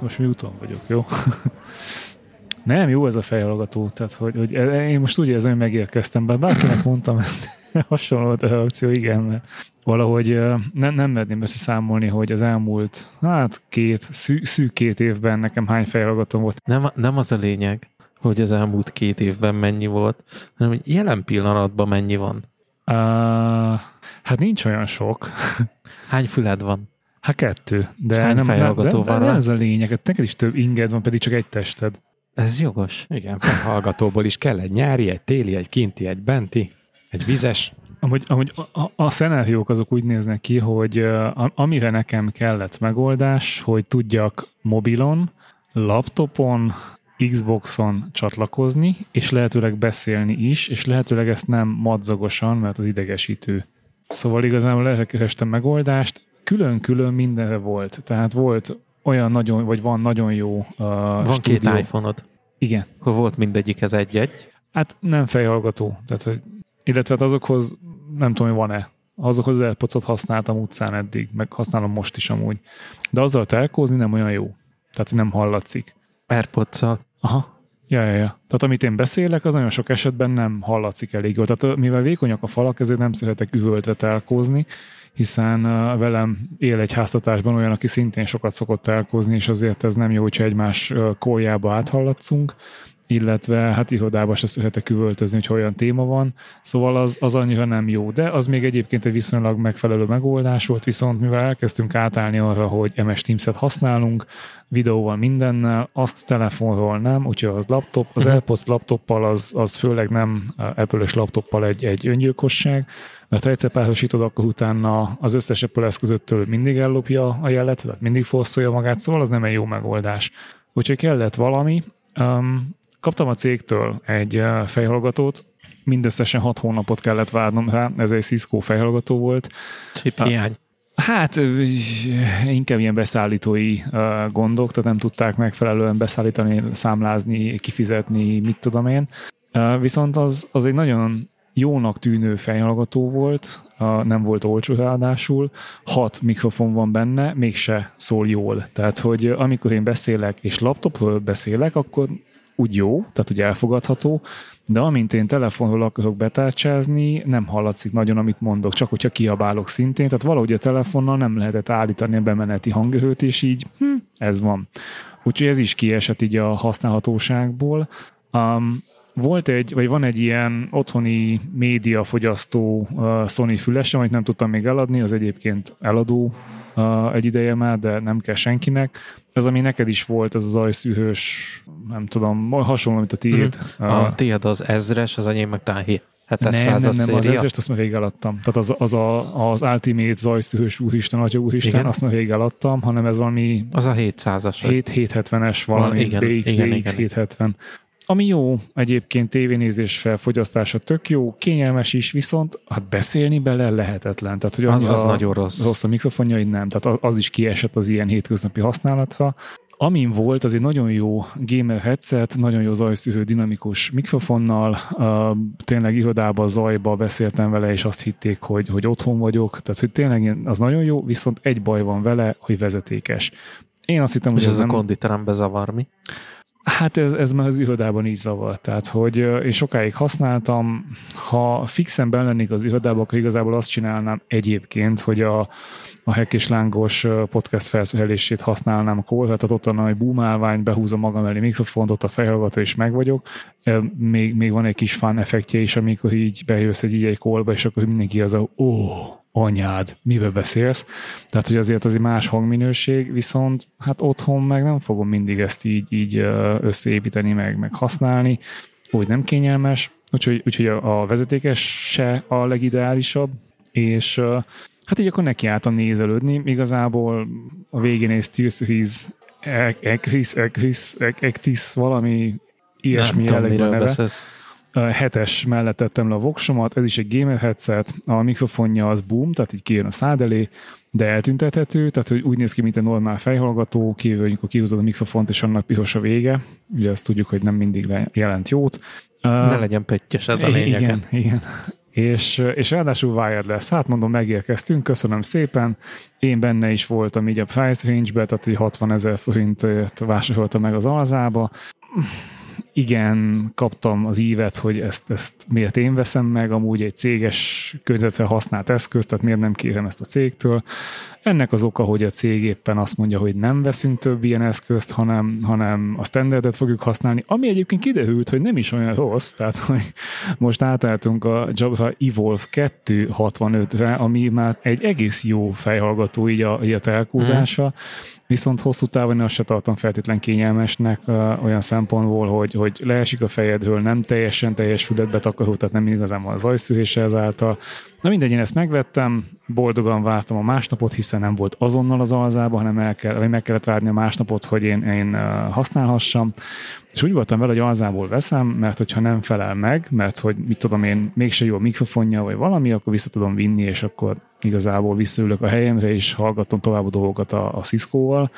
most mi úton vagyok, jó? Nem, jó ez a fejhallgató, tehát hogy én most úgy érzem, hogy megérkeztem, bárkinek mondtam ezt, hasonló a reakció, igen, mert valahogy nem merném összeszámolni, hogy az elmúlt, szűk 2 évben nekem hány fejhallgatóm volt. Nem az a lényeg, hogy az elmúlt 2 évben mennyi volt, hanem hogy jelen pillanatban mennyi van. Hát nincs olyan sok. Hány füled van? Hát 2. De hány fejhallgató van rá? Nem ez a lényeg, neked is több inged van, pedig csak egy tested. Ez jogos. Igen, fejhallgatóból is kell egy nyári, egy téli, egy kinti, egy benti, egy vizes. Amúgy a szenáriók azok úgy néznek ki, hogy amire nekem kellett megoldás, hogy tudjak mobilon, laptopon, Xboxon csatlakozni, és lehetőleg beszélni is, és lehetőleg ezt nem madzagosan, mert az idegesítő. Szóval igazából lehetettem megoldást, külön-külön mindenre volt. Tehát volt olyan nagyon, vagy van nagyon jó van stúdió. 2 iPhone-od. Igen. Akkor volt mindegyikhez egy-egy. Hát nem fejhallgató. Tehát, hogy, illetve hát azokhoz nem tudom, hogy van-e. Azokhoz az AirPods-ot használtam utcán eddig, meg használom most is amúgy. De azzal telkózni nem olyan jó. Tehát, hogy nem hallatszik. AirPods-szal. Aha. Ja. Tehát amit én beszélek, az nagyon sok esetben nem hallatszik elég jól. Tehát mivel vékonyak a falak, ezért nem szeretek üvöltve telkózni, hiszen velem él egy háztatásban olyan, aki szintén sokat szokott telkózni, és azért ez nem jó, hogyha egymás kóljába áthallatszunk, illetve hát irodában se szeretek üvöltözni, hogyha olyan téma van, szóval az annyira nem jó, de az még egyébként egy viszonylag megfelelő megoldás volt, viszont mivel elkezdtünk átállni arra, hogy MS Teams-et használunk, videóval mindennel, azt telefonról nem, úgyhogy az laptop, az AirPods laptoppal az főleg nem Apple-ös laptoppal egy öngyilkosság, mert ha egyszer párosítod, akkor utána az összes Apple eszközöttől mindig ellopja a jelet, tehát mindig forszolja magát, szóval az nem egy jó megoldás. Úgyhogy kellett valami. Kaptam a cégtől egy fejhallgatót, mindösszesen 6 hónapot kellett várnom rá, ez egy Cisco fejhallgató volt. Chip hiány. Hát inkább ilyen beszállítói gondok, tehát nem tudták megfelelően beszállítani, számlázni, kifizetni, mit tudom én. Viszont az egy nagyon jónak tűnő fejhallgató volt, nem volt olcsó ráadásul, 6 mikrofon van benne, mégse szól jól. Tehát, hogy amikor én beszélek és laptopról beszélek, akkor úgy jó, tehát úgy elfogadható, de amint én telefonról akarok betárcsázni, nem hallatszik nagyon, amit mondok, csak hogyha kiabálok szintén, tehát valahogy a telefonnal nem lehetett állítani a bemeneti hangerőt, és így ez van. Úgyhogy ez is kiesett így a használhatóságból. Van egy ilyen otthoni médiafogyasztó Sony fülesem, amit nem tudtam még eladni, az egyébként eladó egy ideje már, de nem kell senkinek. Ez, ami neked is volt, ez az zajszűrős, nem tudom, hasonló, mint a tiéd. A tiéd az 1000-es, az enyém meg talán 700-as nem, az széria. 1000-est azt már rég eladtam. Tehát az Ultimate zajszűrős úristen, atya úristen, igen? Azt már rég eladtam, hanem ez valami... Az a 700-as. 770-es valami, igen, 770. Ami jó, egyébként tévénézés felfogyasztása tök jó, kényelmes is, viszont hát beszélni bele lehetetlen. Tehát, hogy az nagyon rossz a mikrofonjaid nem, tehát az is kiesett az ilyen hétköznapi használatra. Amin volt, az egy nagyon jó gamer headset, nagyon jó zajszűrő dinamikus mikrofonnal, tényleg irodában, zajba beszéltem vele, és azt hitték, hogy otthon vagyok, tehát hogy tényleg az nagyon jó, viszont egy baj van vele, hogy vezetékes. Én azt hittem, hogy ez a konditerembe zavar mi? Hát ez már az irodában így zavar. Tehát, hogy én sokáig használtam, ha fixen benn lennék az irodában, akkor igazából azt csinálnám egyébként, hogy a Hack és Lángos podcast felszerelését használnám a kórhát, tehát ott a nagy boomálvány, behúzom magam elé mikrofont, ott a fejhallgató és meg vagyok. Még van egy kis fun effektje is, amikor így bejössz egy kórba, és akkor mindenki az anyád, mivel beszélsz? Tehát, hogy azért az egy más hangminőség, viszont hát otthon meg nem fogom mindig ezt így összeépíteni, meg használni, úgy nem kényelmes, úgyhogy a vezetékes se a legideálisabb, és hát így akkor nekiálltam nézelődni, igazából a végén egy SteelSeries Actis valami ilyesmi jellegű a neve. 7-es mellett tettem le a voksomat, ez is egy gamer headset, a mikrofonja az boom, tehát így kijön a szád elé, de eltüntethető, tehát hogy úgy néz ki, mint egy normál fejhallgató, kívül, amikor kihúzod a mikrofont, és annak piros a vége, ugye azt tudjuk, hogy nem mindig jelent jót. Ne legyen pöttyös, ez a lényeg. Igen. és ráadásul wireless. Hát mondom, megérkeztünk, köszönöm szépen. Én benne is voltam így a price range-be, tehát 60 000 forintért vásároltam meg az alzába. Igen, kaptam az ívet, hogy ezt miért én veszem meg, amúgy egy céges környezetre használt eszköz, tehát miért nem kérem ezt a cégtől. Ennek az oka, hogy a cég éppen azt mondja, hogy nem veszünk több ilyen eszközt, hanem a standardet fogjuk használni, ami egyébként kiderült, hogy nem is olyan rossz, tehát hogy most átálltunk a Jabra Evolve 265-re, ami már egy egész jó fejhallgató így a telkózásra, viszont hosszú távon azt se tartom feltétlen kényelmesnek olyan szempontból, hogy leesik a fejedről, nem teljesen teljes fületbe takaró, tehát nem igazán van zajszűrése ezáltal. Na mindegy, én ezt megvettem, boldogan vártam a másnapot, hiszen nem volt azonnal az alzában, hanem meg kellett várni a másnapot, hogy én használhassam. És úgy voltam vele, hogy alzából veszem, mert hogyha nem felel meg, mert hogy mit tudom én, mégse jó a mikrofonja, vagy valami, akkor vissza tudom vinni, és akkor igazából visszaülök a helyemre, és hallgatom tovább a dolgokat a Cisco-val.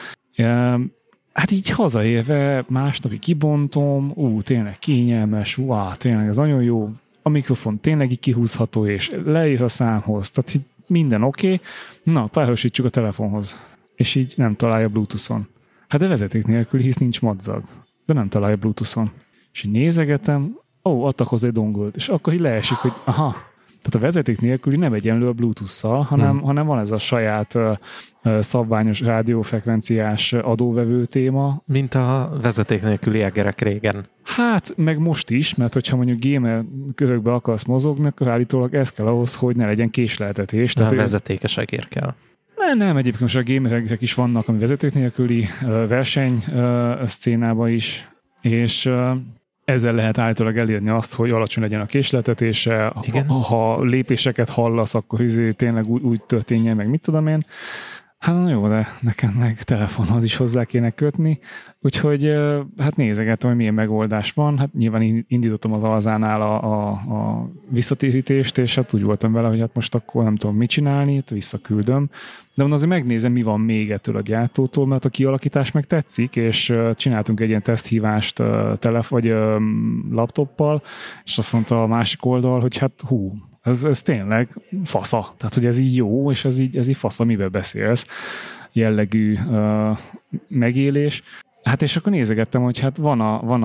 Hát így hazaérve másnapi kibontom, tényleg kényelmes, tényleg ez nagyon jó, a mikrofon tényleg így kihúzható, és leír a számhoz, tehát így minden oké. Na, párosítsuk a telefonhoz, és így nem találja Bluetooth-on. Hát de vezeték nélkül, hisz nincs madzag, de nem találja Bluetooth-on. És így nézegetem, adtak hozzá egy dongolt, és akkor így leesik, hogy tehát a vezeték nélküli nem egyenlő a Bluetooth-szal, hanem van ez a saját szabványos rádiófrekvenciás adóvevő téma. Mint a vezeték nélküli egerek régen. Hát, meg most is, mert hogyha mondjuk gamer körökbe akarsz mozogni, akkor állítólag ez kell ahhoz, hogy ne legyen késleltetés. Tehát vezetékes egér kell. Nem, egyébként most a gamerek is vannak, ami vezeték nélküli verseny szcénában is, és ezzel lehet állítólag elérni azt, hogy alacsony legyen a késleltetése, ha lépéseket hallasz, akkor tényleg úgy történjen, meg mit tudom én. Hát na jó, de nekem meg telefonhoz is hozzá kéne kötni, úgyhogy hát nézegettem, hogy milyen megoldás van. Hát nyilván indítottam az alzánál a visszatérítést, és hát úgy voltam vele, hogy hát most akkor nem tudom mit csinálni, visszaküldöm. De azért megnézem, mi van még ettől a gyártótól, mert a kialakítás meg tetszik, és csináltunk egy ilyen teszthívást vagy laptoppal, és azt mondta a másik oldal, hogy hát ez tényleg fasza. Tehát, hogy ez így jó, és ez így fasza, mivel beszélsz jellegű megélés. Hát és akkor nézegettem, hogy hát van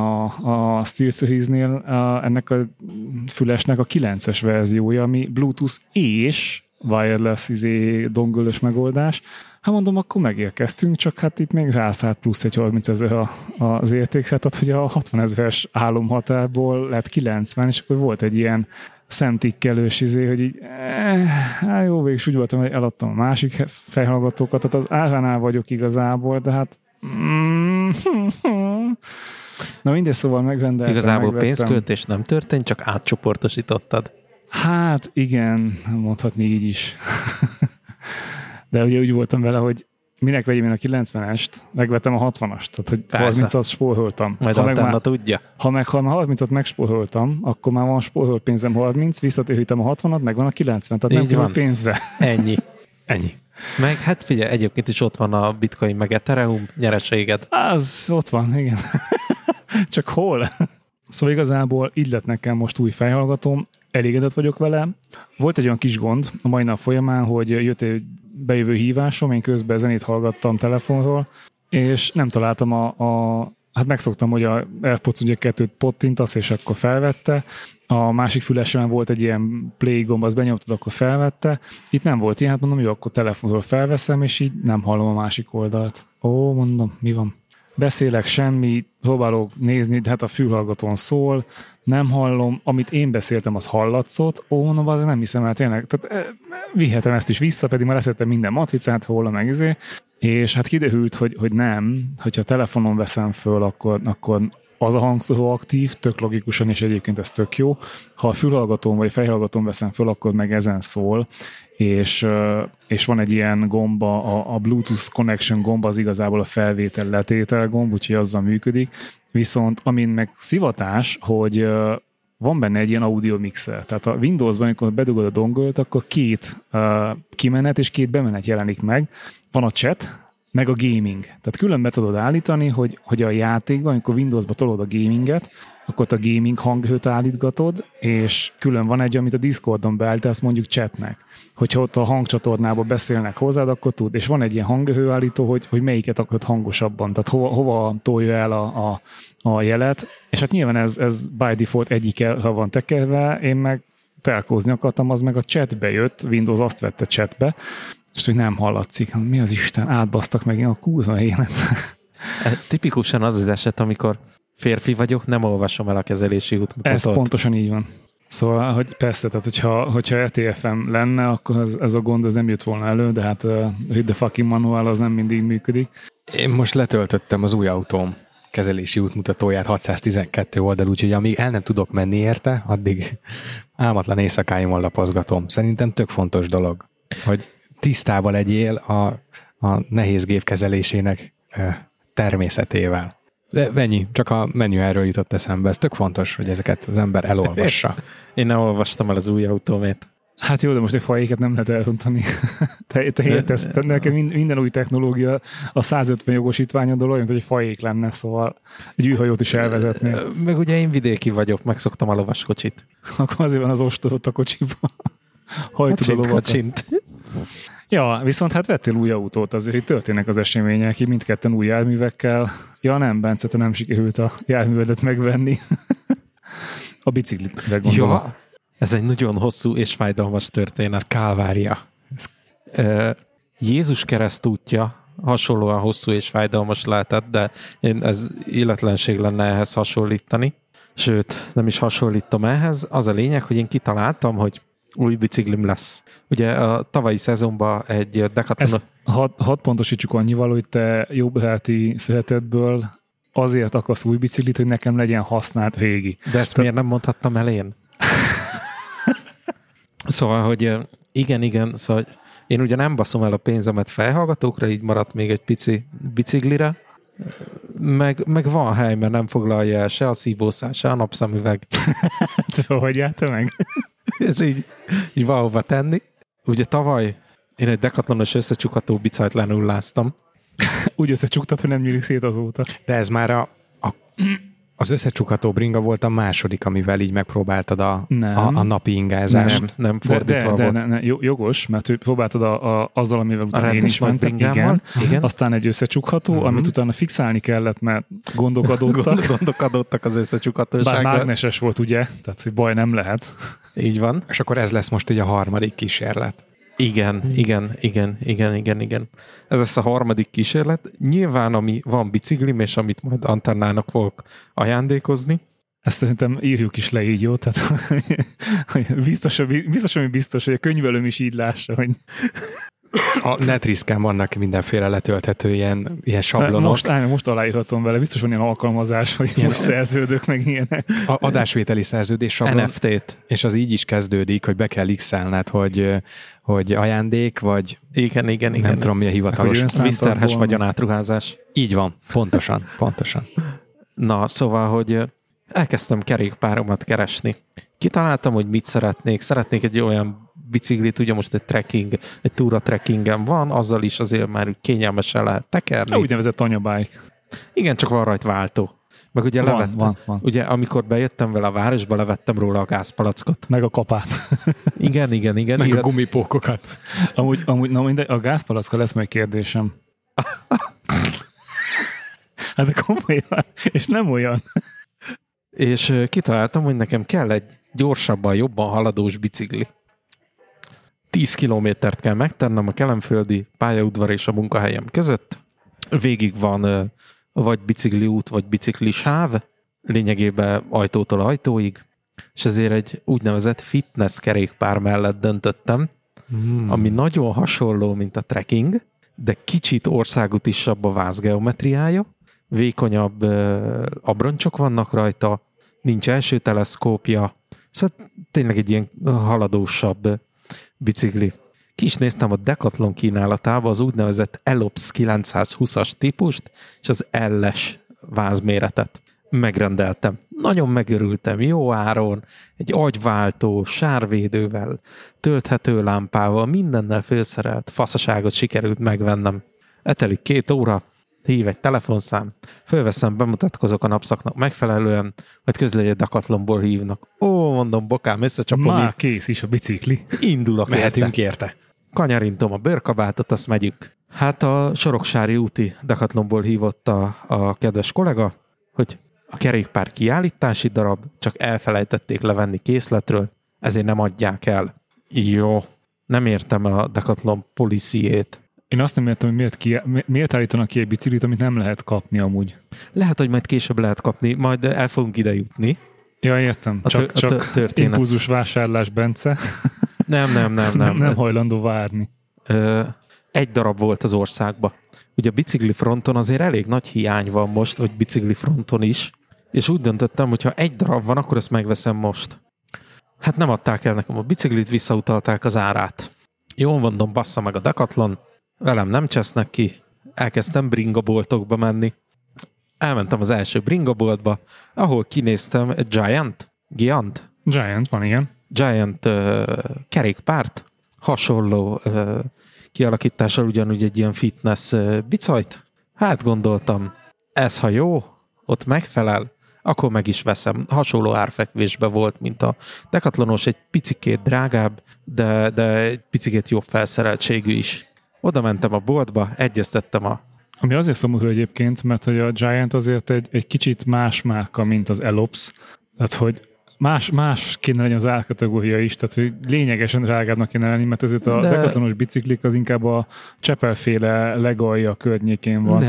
a SteelSeries-nél ennek a fülesnek a 9-es verziója, ami Bluetooth és wireless dongolös megoldás. Hát mondom, akkor megérkeztünk, csak hát itt még rászállt plusz egy 30 000 az értékre, tehát hogy a 60 000-es álomhatárból lett 90, és akkor volt egy ilyen szemtikkelős hogy így jó, végig úgy voltam, hogy eladtam a másik fejhallgatókat, tehát az áránál vagyok igazából, de hát na mindegy, szóval megrendeltem. Igazából pénzköltés nem történt, csak átcsoportosítottad. Hát igen, mondhatni így is. De ugye úgy voltam vele, hogy minek vegyem én a 90-est, megvettem a 60-ast, tehát hogy 30-at spóroltam. Majd Antenna tudja. Ha már 30-at megspóroltam, akkor már van spórolt pénzem 30, visszatérítem a 60-at, meg van a 90, tehát így nem kerül pénzbe. Ennyi. Ennyi. Meg hát figyelj, egyébként is ott van a Bitcoin meg Ethereum nyereséged. Az ott van, igen. Csak hol? Szóval igazából így lett nekem most új fejhallgatóm, elégedett vagyok vele. Volt egy olyan kis gond a mai nap folyamán, hogy jött egy bejövő hívásom, én közben zenét hallgattam telefonról, és nem találtam hát megszoktam, hogy a AirPods ugye 2-t pottintasz, és akkor felvette. A másik fülesen volt egy ilyen play gomb, azt benyomtad, akkor felvette. Itt nem volt ilyen, hát mondom, jó, akkor telefonról felveszem, és így nem hallom a másik oldalt. Mondom, mi van? Beszélek semmi, próbálok nézni, de hát a fülhallgatón szól, nem hallom, amit én beszéltem, az hallatszott, mondom, azért nem hiszem el tényleg, tehát vihetem ezt is vissza, pedig már leszettem minden matricát, hol meg és hát kiderült, hogy nem, hogyha telefonon veszem föl, akkor az a hangszóró aktív, tök logikusan, és egyébként ez tök jó. Ha a fülhallgatón vagy fejhallgatón veszem föl, akkor meg ezen szól, és van egy ilyen gomba, a Bluetooth Connection gomba az igazából a felvétel letétel gomb, úgyhogy azzal működik. Viszont amin meg szivatás, hogy van benne egy ilyen audio mixer. Tehát a Windowsban, amikor bedugod a dongolt, akkor 2 kimenet és 2 bemenet jelenik meg. Van a chat, meg a gaming. Tehát külön be tudod állítani, hogy a játékban, amikor Windowsba tolod a gaminget, akkor a gaming hanghőt állítgatod, és külön van egy, amit a Discordon beállítasz mondjuk chatnek. Hogyha ott a hangcsatornába beszélnek hozzád, akkor tud. És van egy ilyen hanghőállító, hogy melyiket akarod hangosabban, tehát hova tolja el a jelet. És hát nyilván ez by default egyikre van tekerve, én meg telkózni akartam, az meg a chatbe jött, Windows azt vette chatbe, és hogy nem hallatszik. Mi az Isten, átbasztak meg a kurva életbe. Tipikusan az eset, amikor férfi vagyok, nem olvasom el a kezelési útmutatót. Ez pontosan így van. Szóval, hogy persze, tehát hogyha ETF-em lenne, akkor ez a gond ez nem jött volna elő, de hát read the fucking manual az nem mindig működik. Én most letöltöttem az új autóm kezelési útmutatóját, 612 oldal, úgyhogy amíg el nem tudok menni érte, addig álmatlan éjszakáimon lapozgatom. Szerintem tök fontos dolog, hogy tisztában legyél a nehéz gép kezelésének természetével. De ennyi, csak a menü erről jutott eszembe. Ez tök fontos, hogy ezeket az ember elolvassa. Én nem olvastam el az új autómét. Hát jó, de most egy fajéket nem lehet elrontani. Te értesz, nekem minden új technológia a 150 jogosítványodól olyan, hogy egy fajék lenne, szóval egy űrhajót is elvezetnél. Meg ugye én vidéki vagyok, megszoktam a lovaskocsit. Akkor azért van az ostorot a kocsiba. Hajtod a lovakat. Ja, viszont hát vettél új autót, azért hogy történnek az események, így mindketten új járművekkel. Ja nem, Bence, te nem sikerült a járművedet megvenni. A biciklitre gondolom. Ja, ez egy nagyon hosszú és fájdalmas történet. Ez kálvária. Jézus keresztútja hasonlóan hosszú és fájdalmas lehetett, de ez illetlenség lenne ehhez hasonlítani. Sőt, nem is hasonlítom ehhez. Az a lényeg, hogy én kitaláltam, hogy új biciklim lesz. Ugye a tavalyi szezonban egy Decathlon... Hadd pontosítsuk annyival, hogy te jobbráti szeretetből azért akarsz új biciklit, hogy nekem legyen használt régi. De ezt miért nem mondhattam el én? Szóval, hogy igen, szóval én ugye nem baszom el a pénzemet fejhallgatókra, így maradt még egy pici biciklire, meg van hely, mert nem foglalja el se a szívószál, se a napszemüveg. Hogy járta meg? És így valahova tenni. Ugye tavaly én egy Decathlonos összecsukható bicajt lenulláztam. Úgy összecsuktad, hogy nem nyílik szét azóta. De ez már az összecsukható bringa volt a második, amivel így megpróbáltad a napi ingázást. Nem fordítva de jogos, mert próbáltad azzal, amivel utána én is mentem. Igen. Aztán egy összecsukható, amit utána fixálni kellett, mert gondok adottak. Gondok adottak az összecsukhatósággal. Bár mágneses volt, ugye? Tehát, hogy baj nem lehet. Így van. És akkor ez lesz most így a harmadik kísérlet. Igen. Ez lesz a harmadik kísérlet. Nyilván, ami van biciklim, és amit majd Antennának fogok ajándékozni. Ezt szerintem írjuk is le így, jó? Tehát biztos, hogy a könyvelőm is így lássa, hogy... A Netriszkán vannak mindenféle letölthető ilyen sablonok. Most aláírhatom vele, biztos van ilyen alkalmazás, hogy most szerződök meg ilyenek. Adásvételi szerződés sablon. NFT-t. És az így is kezdődik, hogy be kell x-elned, hogy ajándék, vagy igen. Nem tudom, mi a hivatalos. Vízterhes vagyonátruházás. Így van, pontosan. Na, szóval, hogy elkezdtem kerékpáromat keresni. Kitaláltam, hogy mit szeretnék. Szeretnék egy olyan biciklit, ugye most egy túra trekkingem van, azzal is azért már kényelmesen lehet tekerni. Úgynevezett anyabike. Igen, csak van rajta váltó. Meg ugye levettem. Van. Ugye amikor bejöttem vele a városba, levettem róla a gázpalackot. Meg a kapát. Igen. Meg a gumipókokat. Amúgy na mindegy, a gázpalacka lesz majd kérdésem. Hát de komolyan, és nem olyan. És kitaláltam, hogy nekem kell egy gyorsabban, jobban haladós bicikli. 10 kilométert kell megtennem a kelenföldi pályaudvar és a munkahelyem között. Végig van vagy bicikli út, vagy bicikli sáv, lényegében ajtótól ajtóig, és ezért egy úgynevezett fitness kerékpár mellett döntöttem, ami nagyon hasonló, mint a trekking, de kicsit országútisabb a vászgeometriája, vékonyabb abroncsok vannak rajta, nincs első teleszkópja, szóval tényleg egy ilyen haladósabb bicikli. Ki is néztem a Decathlon kínálatába az úgynevezett Elops 920-as típust, és az L-es vázméretet. Megrendeltem. Nagyon megörültem, jó áron, egy agyváltó, sárvédővel, tölthető lámpával, mindennel felszerelt faszaságot sikerült megvennem. Etelik 2 óra, hív egy telefonszám, fölveszem, bemutatkozok a napszaknak megfelelően, majd közben egy Decathlonból hívnak. Ó, mondom, bokám, összecsapom. Már kész is a bicikli. Indulok Mehetünk érte. Kanyarintom a bőrkabátot, azt megyünk. Hát a Soroksári úti Decathlonból hívott a kedves kollega, hogy a kerékpár kiállítási darab, csak elfelejtették levenni készletről, ezért nem adják el. Jó, nem értem a Decathlon policyjét. Én azt nem értem, hogy miért állítanak ki egy biciklit, amit nem lehet kapni amúgy. Lehet, hogy majd később lehet kapni, majd el fogunk ide jutni. Ja, értem. Csak történet. Impulzus vásárlás, Bence. Nem hajlandó várni. Egy darab volt az országban. Ugye a bicikli fronton azért elég nagy hiány van most, vagy bicikli fronton is, és úgy döntöttem, hogy ha egy darab van, akkor ezt megveszem most. Hát nem adták el nekem a biciklit, visszautalták az árát. Jól mondom, bassza meg a Decathlon, velem nem csesznek ki, elkezdtem bringaboltokba menni. Elmentem az első bringaboltba, ahol kinéztem egy Giant Van, igen. Giant kerékpárt, hasonló kialakítással ugyanúgy egy ilyen fitness bicajt. Hát gondoltam, ez ha jó, ott megfelel, akkor meg is veszem. Hasonló árfekvésben volt, mint a Decathlonos, egy picikét drágább, de egy picikét jobb felszereltségű is. Oda mentem a boltba, egyeztettem Ami azért szomorú egyébként, mert hogy a Giant azért egy kicsit más márka, mint az Elops. Tehát, hogy más kéne legyen az árkategória is, tehát hogy lényegesen drágábbnak kéne lenni, mert ezért a Decathlonos biciklik az inkább a Csepel-féle legalja környékén van.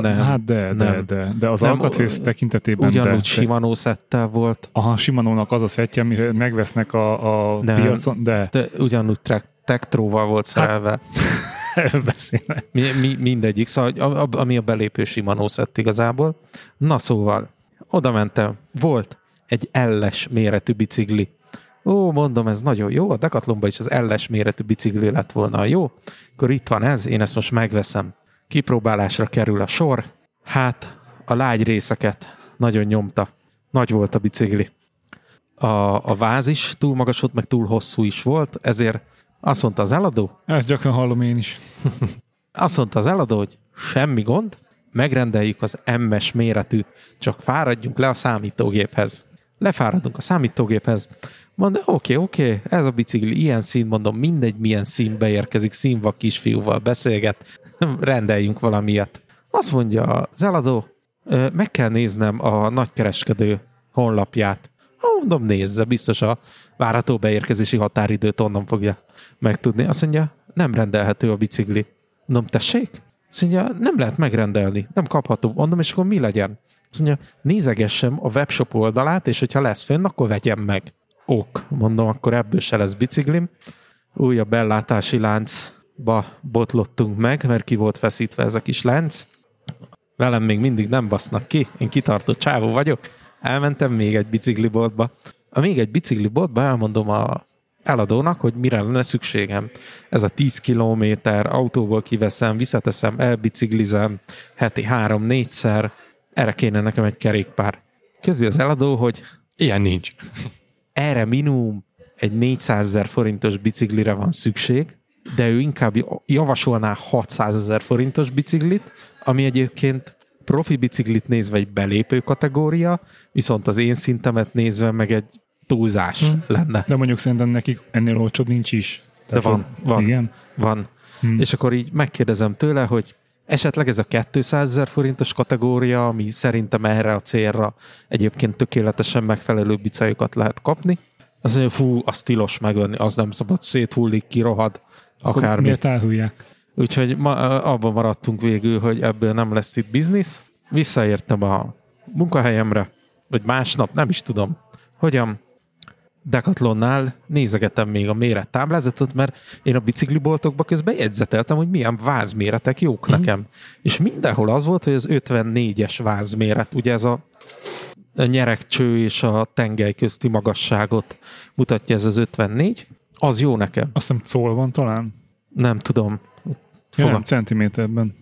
De az alkatrész tekintetében... Ugyanúgy Shimano szettel volt. Aha, Shimano-nak az a szettje, amire megvesznek a piacon, de ugyanúgy Tektróval volt szerelve. Beszélve. Mindegyik, szóval ami a belépő Shimano szett igazából. Na szóval, oda mentem, volt egy L-es méretű bicikli. Ó, mondom, ez nagyon jó, a Decathlonban is az L-es méretű bicikli lett volna jó. Akkor itt van ez, én ezt most megveszem. Kipróbálásra kerül a sor. Hát, a lágy részeket nagyon nyomta. Nagy volt a bicikli. A váz is túl magas volt, meg túl hosszú is volt, ezért azt mondta az eladó. Ezt gyakran hallom én is. Azt mondta az eladó, hogy semmi gond, megrendeljük az M-es méretűt, csak fáradjunk le a számítógéphez. Lefáradunk a számítógéphez. Mondom, oké, ez a bicikli ilyen szín, mondom, mindegy milyen színbe érkezik, színvak kisfiúval beszélget, rendeljünk valamilyet. Azt mondja az eladó, meg kell néznem a nagykereskedő honlapját. Mondom, nézze, biztos a várható beérkezési határidőt onnan fogja megtudni. Azt mondja, nem rendelhető a bicikli. Mondom, tessék? Azt mondja, nem lehet megrendelni, nem kapható. Mondom, és akkor mi legyen? Azt mondja, nézegessem a webshop oldalát, és hogyha lesz fönn, akkor vegyem meg. Mondom, akkor ebből se lesz biciklim. Újabb ellátási láncba botlottunk meg, mert ki volt feszítve ez a kis lánc. Velem még mindig nem basznak ki, én kitartó csávó vagyok. Elmentem még egy bicikliboltba. Még egy bicikliboltba elmondom a eladónak, hogy mire lenne szükségem. Ez a 10 kilométer, autóból kiveszem, visszateszem, elbiciklizem, heti 3-4-szer, erre kéne nekem egy kerékpár. Közli az eladó, hogy ilyen nincs. Erre minimum egy 400 000 forintos biciklire van szükség, de ő inkább javasolná 600 000 forintos biciklit, ami egyébként profi biciklit nézve egy belépő kategória, viszont az én szintemet nézve meg egy túlzás lenne. De mondjuk szerintem nekik ennél olcsóbb nincs is. Tehát de van. Igen? Van. És akkor így megkérdezem tőle, hogy esetleg ez a 200 000 forintos kategória, ami szerintem erre a célra egyébként tökéletesen megfelelő bicajlokat lehet kapni. Azt mondja, fú, az tilos megvenni, az nem szabad, széthullik, kirohad, akármi. Akkor miért elhújják? Úgyhogy abban maradtunk végül, hogy ebből nem lesz itt biznisz. Visszaértem a munkahelyemre, vagy másnap, nem is tudom, hogyan. Decathlonnál nézegetem még a mérettáblázatot, mert én a bicikliboltokba közben jegyzeteltem, hogy milyen vázméretek jók nekem. És mindenhol az volt, hogy az 54-es vázméret, ugye ez a nyeregcső és a tengely közti magasságot mutatja ez az 54, az jó nekem. Azt hiszem szól van talán? Nem tudom. Ja, nem, centiméterben.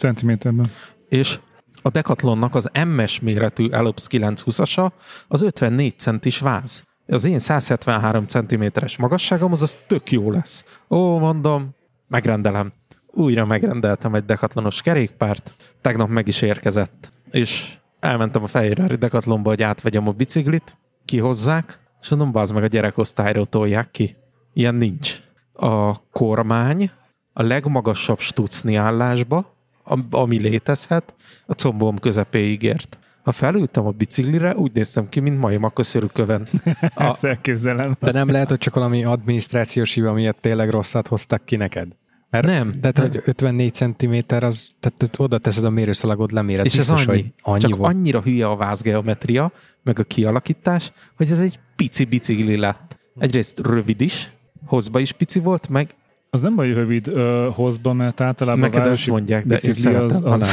És a Decathlonnak az M-es méretű Elops 920-asa az 54 centis váz. Az én 173 cm-es magasságom az tök jó lesz. Mondom, megrendelem. újra megrendeltem egy Decathlonos kerékpárt, tegnap meg is érkezett, és elmentem a Fehérvári Decathlonba, hogy átvegyem a biciklit, kihozzák, és mondom, bazd meg, a gyerekosztályról tolják ki. Ilyen nincs. A kormány a legmagasabb stucni állásba, ami létezhet, a combom közepéig ért. Ha felültem a biciklire, úgy néztem ki, mint majom a köszörükövön. Ezt elképzelem. De nem lehet, hogy csak valami adminisztrációs hiba miatt tényleg rosszat hoztak ki neked? Mert nem. Tehát, hogy 54 cm, az, tehát oda teszed a mérőszalagod, leméred. És biztos, ez annyi. Csak volt. annyira hülye a vázgeometria, meg a kialakítás, hogy ez egy pici bicikli lett. Egyrészt rövid is, hozba is pici volt, meg Az nem baj rövid hozba, mert általában neked a városi ezt mondják, de én bicikli szeretem, az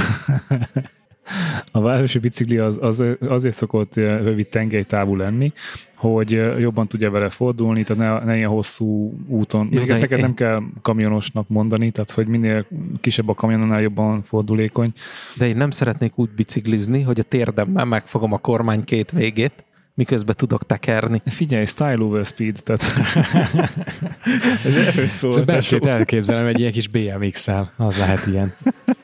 a városi bicikli az azért szokott rövid tengelytávú lenni, hogy jobban tudja vele fordulni, tehát ne ilyen hosszú úton. Még ezt neked nem kell kamionosnak mondani, tehát hogy minél kisebb a kamion, annál jobban fordulékony. De én nem szeretnék úgy biciklizni, hogy a térdemmel megfogom a kormány két végét, miközben tudok tekerni. Figyelj, style over speed, tehát ez erről szól. Szóval Bencét elképzelem egy ilyen kis BMX-el, az lehet ilyen.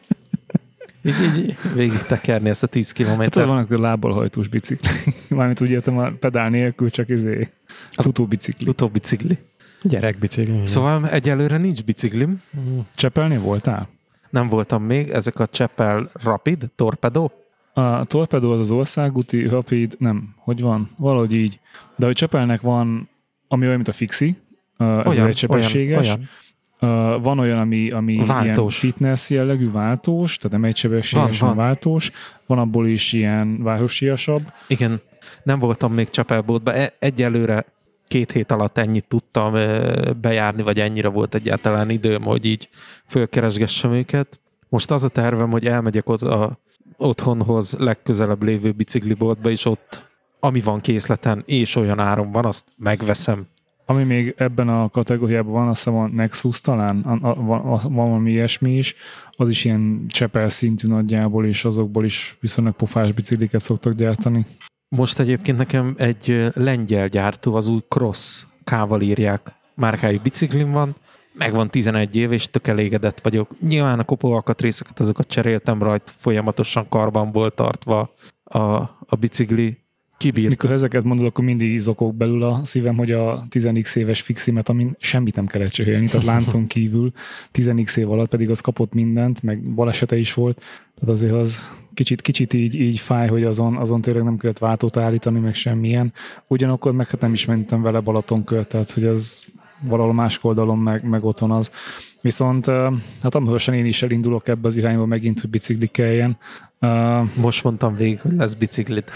Így végig tekerni ezt a 10 kilométert. Hát vannak a lábbal hajtós bicikli. Mármint úgy értem a pedál nélkül, csak utóbicikli. Utóbicikli. Gyerekbicikli. Szóval egyelőre nincs biciklim. Csepelnél voltál? Nem voltam még. Ezek a Csepel Rapid, Torpedo. A Torpedo az országúti, Rapid, nem, hogy van? Valahogy így. De hogy Csepelnek van, ami olyan, mint a Fixi, ez egy sebességes. Olyan. Van olyan, ami ilyen fitness jellegű váltós, tehát nem egy sebességes, hanem váltós. Van abból is ilyen városiasabb. Igen, nem voltam még Csepelboltban. Egyelőre 2 hét alatt ennyit tudtam bejárni, vagy ennyire volt egyáltalán időm, hogy így fölkeresgessem őket. Most az a tervem, hogy elmegyek oda otthonhoz legközelebb lévő bicikliboltba, és ott, ami van készleten, és olyan áron van, azt megveszem. Ami még ebben a kategóriában van, azt hiszem a Nexus talán, van valami ilyesmi is, az is ilyen Csepel szintű nagyjából, és azokból is viszonylag pofás bicikliket szoktak gyártani. Most egyébként nekem egy lengyel gyártó, az új Cross K-val írják márkájú biciklim van, megvan 11 év, és tök elégedett vagyok. Nyilván a kopóalkatrészeket azokat cseréltem rajta, folyamatosan karban volt tartva a bicikli. Kibírt. Mikor ezeket mondod, akkor mindig zokog belül a szívem, hogy a 10x éves fiximet, amin semmit nem kellett cserélni, tehát láncon kívül 10x év alatt pedig az kapott mindent, meg balesete is volt, tehát azért az kicsit így fáj, hogy azon tényleg nem kellett váltót állítani, meg semmilyen. Ugyanakkor meg hát nem is mentem vele Balatonkör, tehát hogy ez valahol másik oldalon, meg otthon az. Viszont hát hamarosan én is elindulok ebbe az irányba megint, hogy bicikli kelljen. Most mondtam végig, hogy lesz biciklit.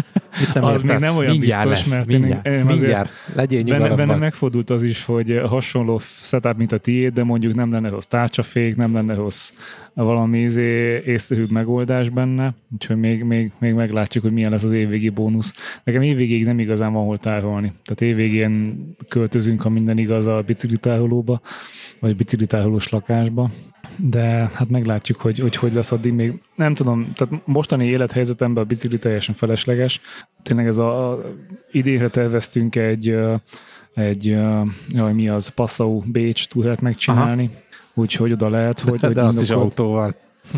Az még nem olyan mindjárt biztos, lesz, mert mindjárt. Legyél nyugalomban. Benne megfordult az is, hogy hasonló setup, mint a tiéd, de mondjuk nem lenne rossz tárcsafék, nem lenne rossz valami észrehűbb megoldás benne, úgyhogy még meglátjuk, hogy milyen lesz az évvégi bónusz. Nekem évvégéig nem igazán van hol tárolni. Tehát évvégén költözünk, ha minden igaz, a biciklitárolóba, vagy biciklitárolós lakásba. De hát meglátjuk, hogy lesz addig még. Nem tudom, tehát mostani élethelyzetemben a bicikli teljesen felesleges. Tényleg ez idénre terveztünk egy mi az, Passau-Bécs túrát megcsinálni. Úgyhogy oda lehet, hogy de azt is autóval.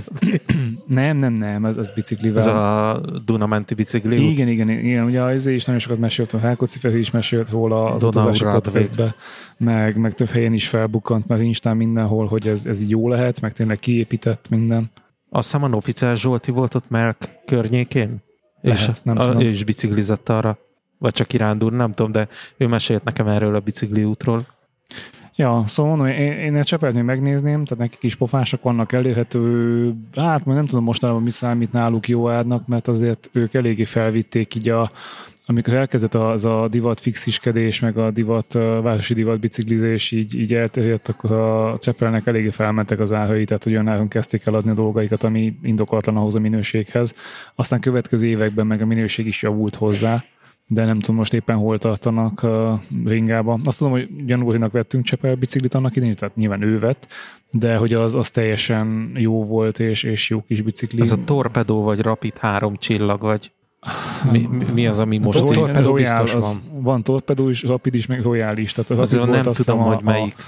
Nem, ez biciklivel. Ez a Dunamenti bicikli. Igen, ugye az is nagyon sokat mesélt, a Rákóczi Feri is mesélt róla az utazási podcastbe, meg több helyen is felbukkant, mert Instán mindenhol, hogy ez így jó lehet, meg tényleg kiépített minden. Azt hiszem, a Oficiál Zsolti volt ott Melk környékén? Lehet, nem tudom. Ő is biciklizett arra, vagy csak kirándul, nem tudom, de ő mesélt nekem erről a bicikli útról. Ja, szóval mondom, én ezt Csepelt még megnézném, tehát nekik is pofások vannak elérhető, hát majd nem tudom mostanában mi számít náluk jó árnak, mert azért ők eléggé felvitték így amikor elkezdett az a divat fixiskedés, meg a városi divat biciklizés így elterjedt, akkor a Csepelnek eléggé felmentek az árai, tehát olyan áron kezdték el adni a dolgaikat, ami indokolatlan ahhoz a minőséghez. Aztán következő években meg a minőség is javult hozzá, de nem tudom most éppen hol tartanak Ringába. Azt tudom, hogy Janúrinak vettünk Csepel biciklit annak idején, tehát nyilván ő vett, de hogy az teljesen jó volt, és jó kis bicikli. Ez a Torpedo vagy Rapid 3 csillag, vagy mi az, ami most... Torpedo biztos van. Van Torpedo is, Rapid is, meg Royal is. Tehát azért nem tudom, hogy melyik, de...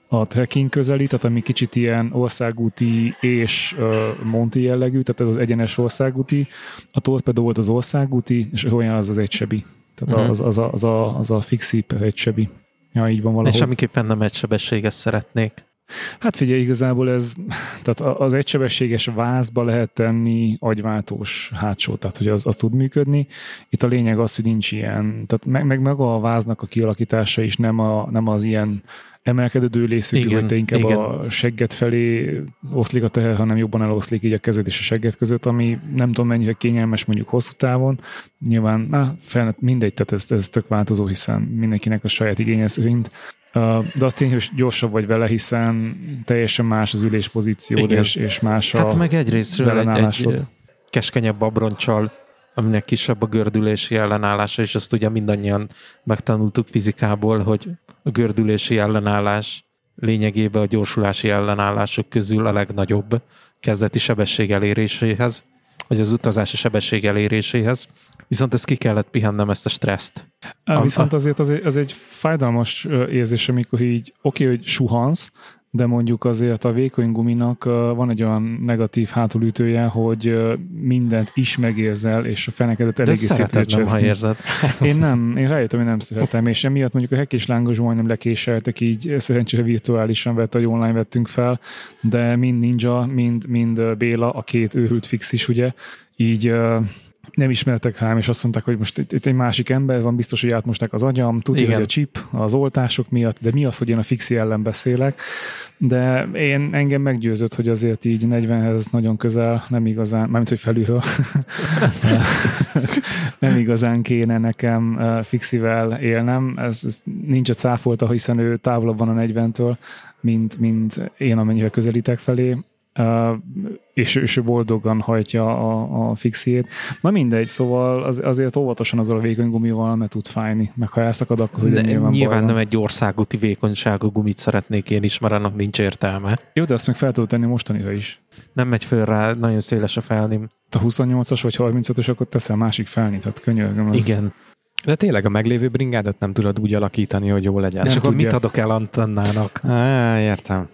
a trekking közeli, tehát ami kicsit ilyen országúti és monti jellegű, tehát ez az egyenes országúti, a torpedó volt az országúti, és olyan az egysebi. Tehát az a fixi egysebi. Ja, így van valahol. És amiképpen nem egysebességes szeretnék. Hát figyelj, igazából ez, tehát az egysebességes vázba lehet tenni agyváltós hátsó, tehát hogy az tud működni. Itt a lényeg az, hogy nincs ilyen, tehát meg a váznak a kialakítása is nem az ilyen emelkedő dőlészű, hogy te inkább a segget felé oszlik a teher, hanem jobban eloszlik így a kezed és a segget között, ami nem tudom mennyire kényelmes mondjuk hosszú távon. Nyilván mindegy, tehát ez tök változó, hiszen mindenkinek a saját igénye szerint. De azt tény, hogy gyorsabb vagy vele, hiszen teljesen más az üléspozíciód, és más a hát meg egyrésztről egy keskenyebb abroncsal, aminek kisebb a gördülési ellenállása, és azt ugye mindannyian megtanultuk fizikából, hogy a gördülési ellenállás lényegében a gyorsulási ellenállások közül a legnagyobb kezdeti sebesség eléréséhez, vagy az utazási sebesség eléréséhez. Viszont ezt ki kellett pihennem, ezt a stresszt. Viszont azért az egy fájdalmas érzés, amikor így hogy suhansz, de mondjuk azért a vékony guminak van egy olyan negatív hátulütője, hogy mindent is megérzel, és a fenekedet eléggé szétrecseszni. Ha érzed. Én rájöttem, hogy nem szeretem, és emiatt mondjuk a hekés lángos majdnem lekéseltek, így szerencsére virtuálisan vett, hogy online vettünk fel, de mind Ninja, mind Béla, a két őrült fix is, ugye, így nem ismertek rám, és azt mondták, hogy most itt egy másik ember van, biztos, hogy átmosták az agyam, tudja, hogy a chip az oltások miatt, de mi az, hogy én a fixi ellen beszélek, de engem meggyőzött, hogy azért így 40-hez nagyon közel, nem igazán, mármint, hogy felülről, nem igazán kéne nekem fixivel élnem, ez nincs a cáfolta, hiszen ő távolabb van a 40-től, mint én, amennyivel közelítek felé, és ő boldogan hajtja a fixiét. Na mindegy, szóval azért óvatosan azzal a vékony gumival, mert tud fájni, meg ha elszakad, akkor nyilván nem egy országúti vékonyságú gumit szeretnék én is, mert annak nincs értelme. Jó, de azt meg fel tudod tenni mostanira is. Nem megy föl rá, nagyon széles a felném. A 28-as vagy 35-ös, akkor teszel másik felni, tehát könyörgöm. Igen. De tényleg a meglévő bringádat nem tudod úgy alakítani, hogy jól legyen. És akkor mit adok el antennának? Értem.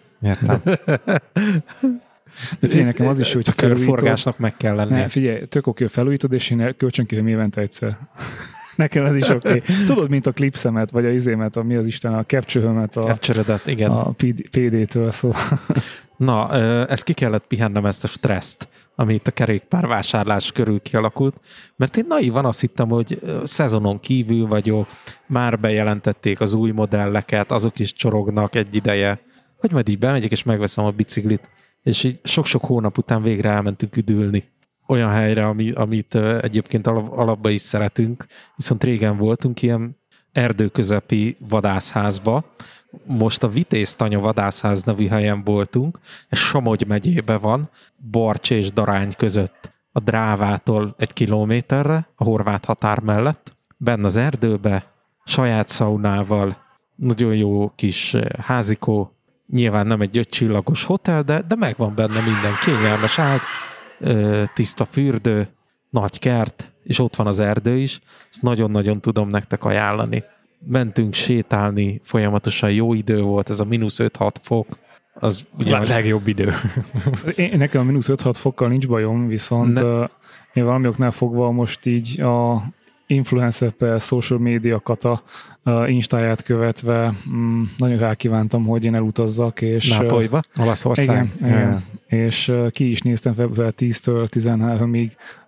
De figyelj, nekem az is, hogy a körforgásnak meg kell lennie. Figyelj, tök oké, felújítod, és én kölcsönkérem évente egyszer. Nekem ez is oké. Tudod, mint a klipszemet, vagy a izémet, mi az Isten, a capture-ömet, igen. A PD-től, szóval. Na, ezt ki kellett pihennem, ezt a stresszt, ami itt a kerékpárvásárlás körül kialakult, mert én naivan azt hittem, hogy szezonon kívül vagyok, már bejelentették az új modelleket, azok is csorognak egy ideje, hogy majd így bemegyek és megveszem a biciklit, és így sok-sok hónap után végre elmentünk üdülni olyan helyre, amit egyébként alapban is szeretünk, viszont régen voltunk ilyen erdőközepi vadászházba. Most a Vitéztanya vadászház nevű helyen voltunk, ez Somogy megyébe van, Barcs és Darány között, a Drávától 1 kilométerre, a horvát határ mellett, benn az erdőbe, saját szaunával, nagyon jó kis házikó, nyilván nem egy 5 csillagos hotel, de megvan benne minden, kényelmes ágy, tiszta fürdő, nagy kert, és ott van az erdő is. Ezt nagyon-nagyon tudom nektek ajánlani. Mentünk sétálni, folyamatosan jó idő volt, ez a -5-6 fok. Az ugye a legjobb idő. Nekem a -5-6 fokkal nincs bajom, viszont én valami oknál fogva most így a influencer per social media kata instáját követve nagyon rákívántam, hogy én elutazzak, és Nápolyba, Olaszország. Igen. És ki is néztem február 10-től 13-ig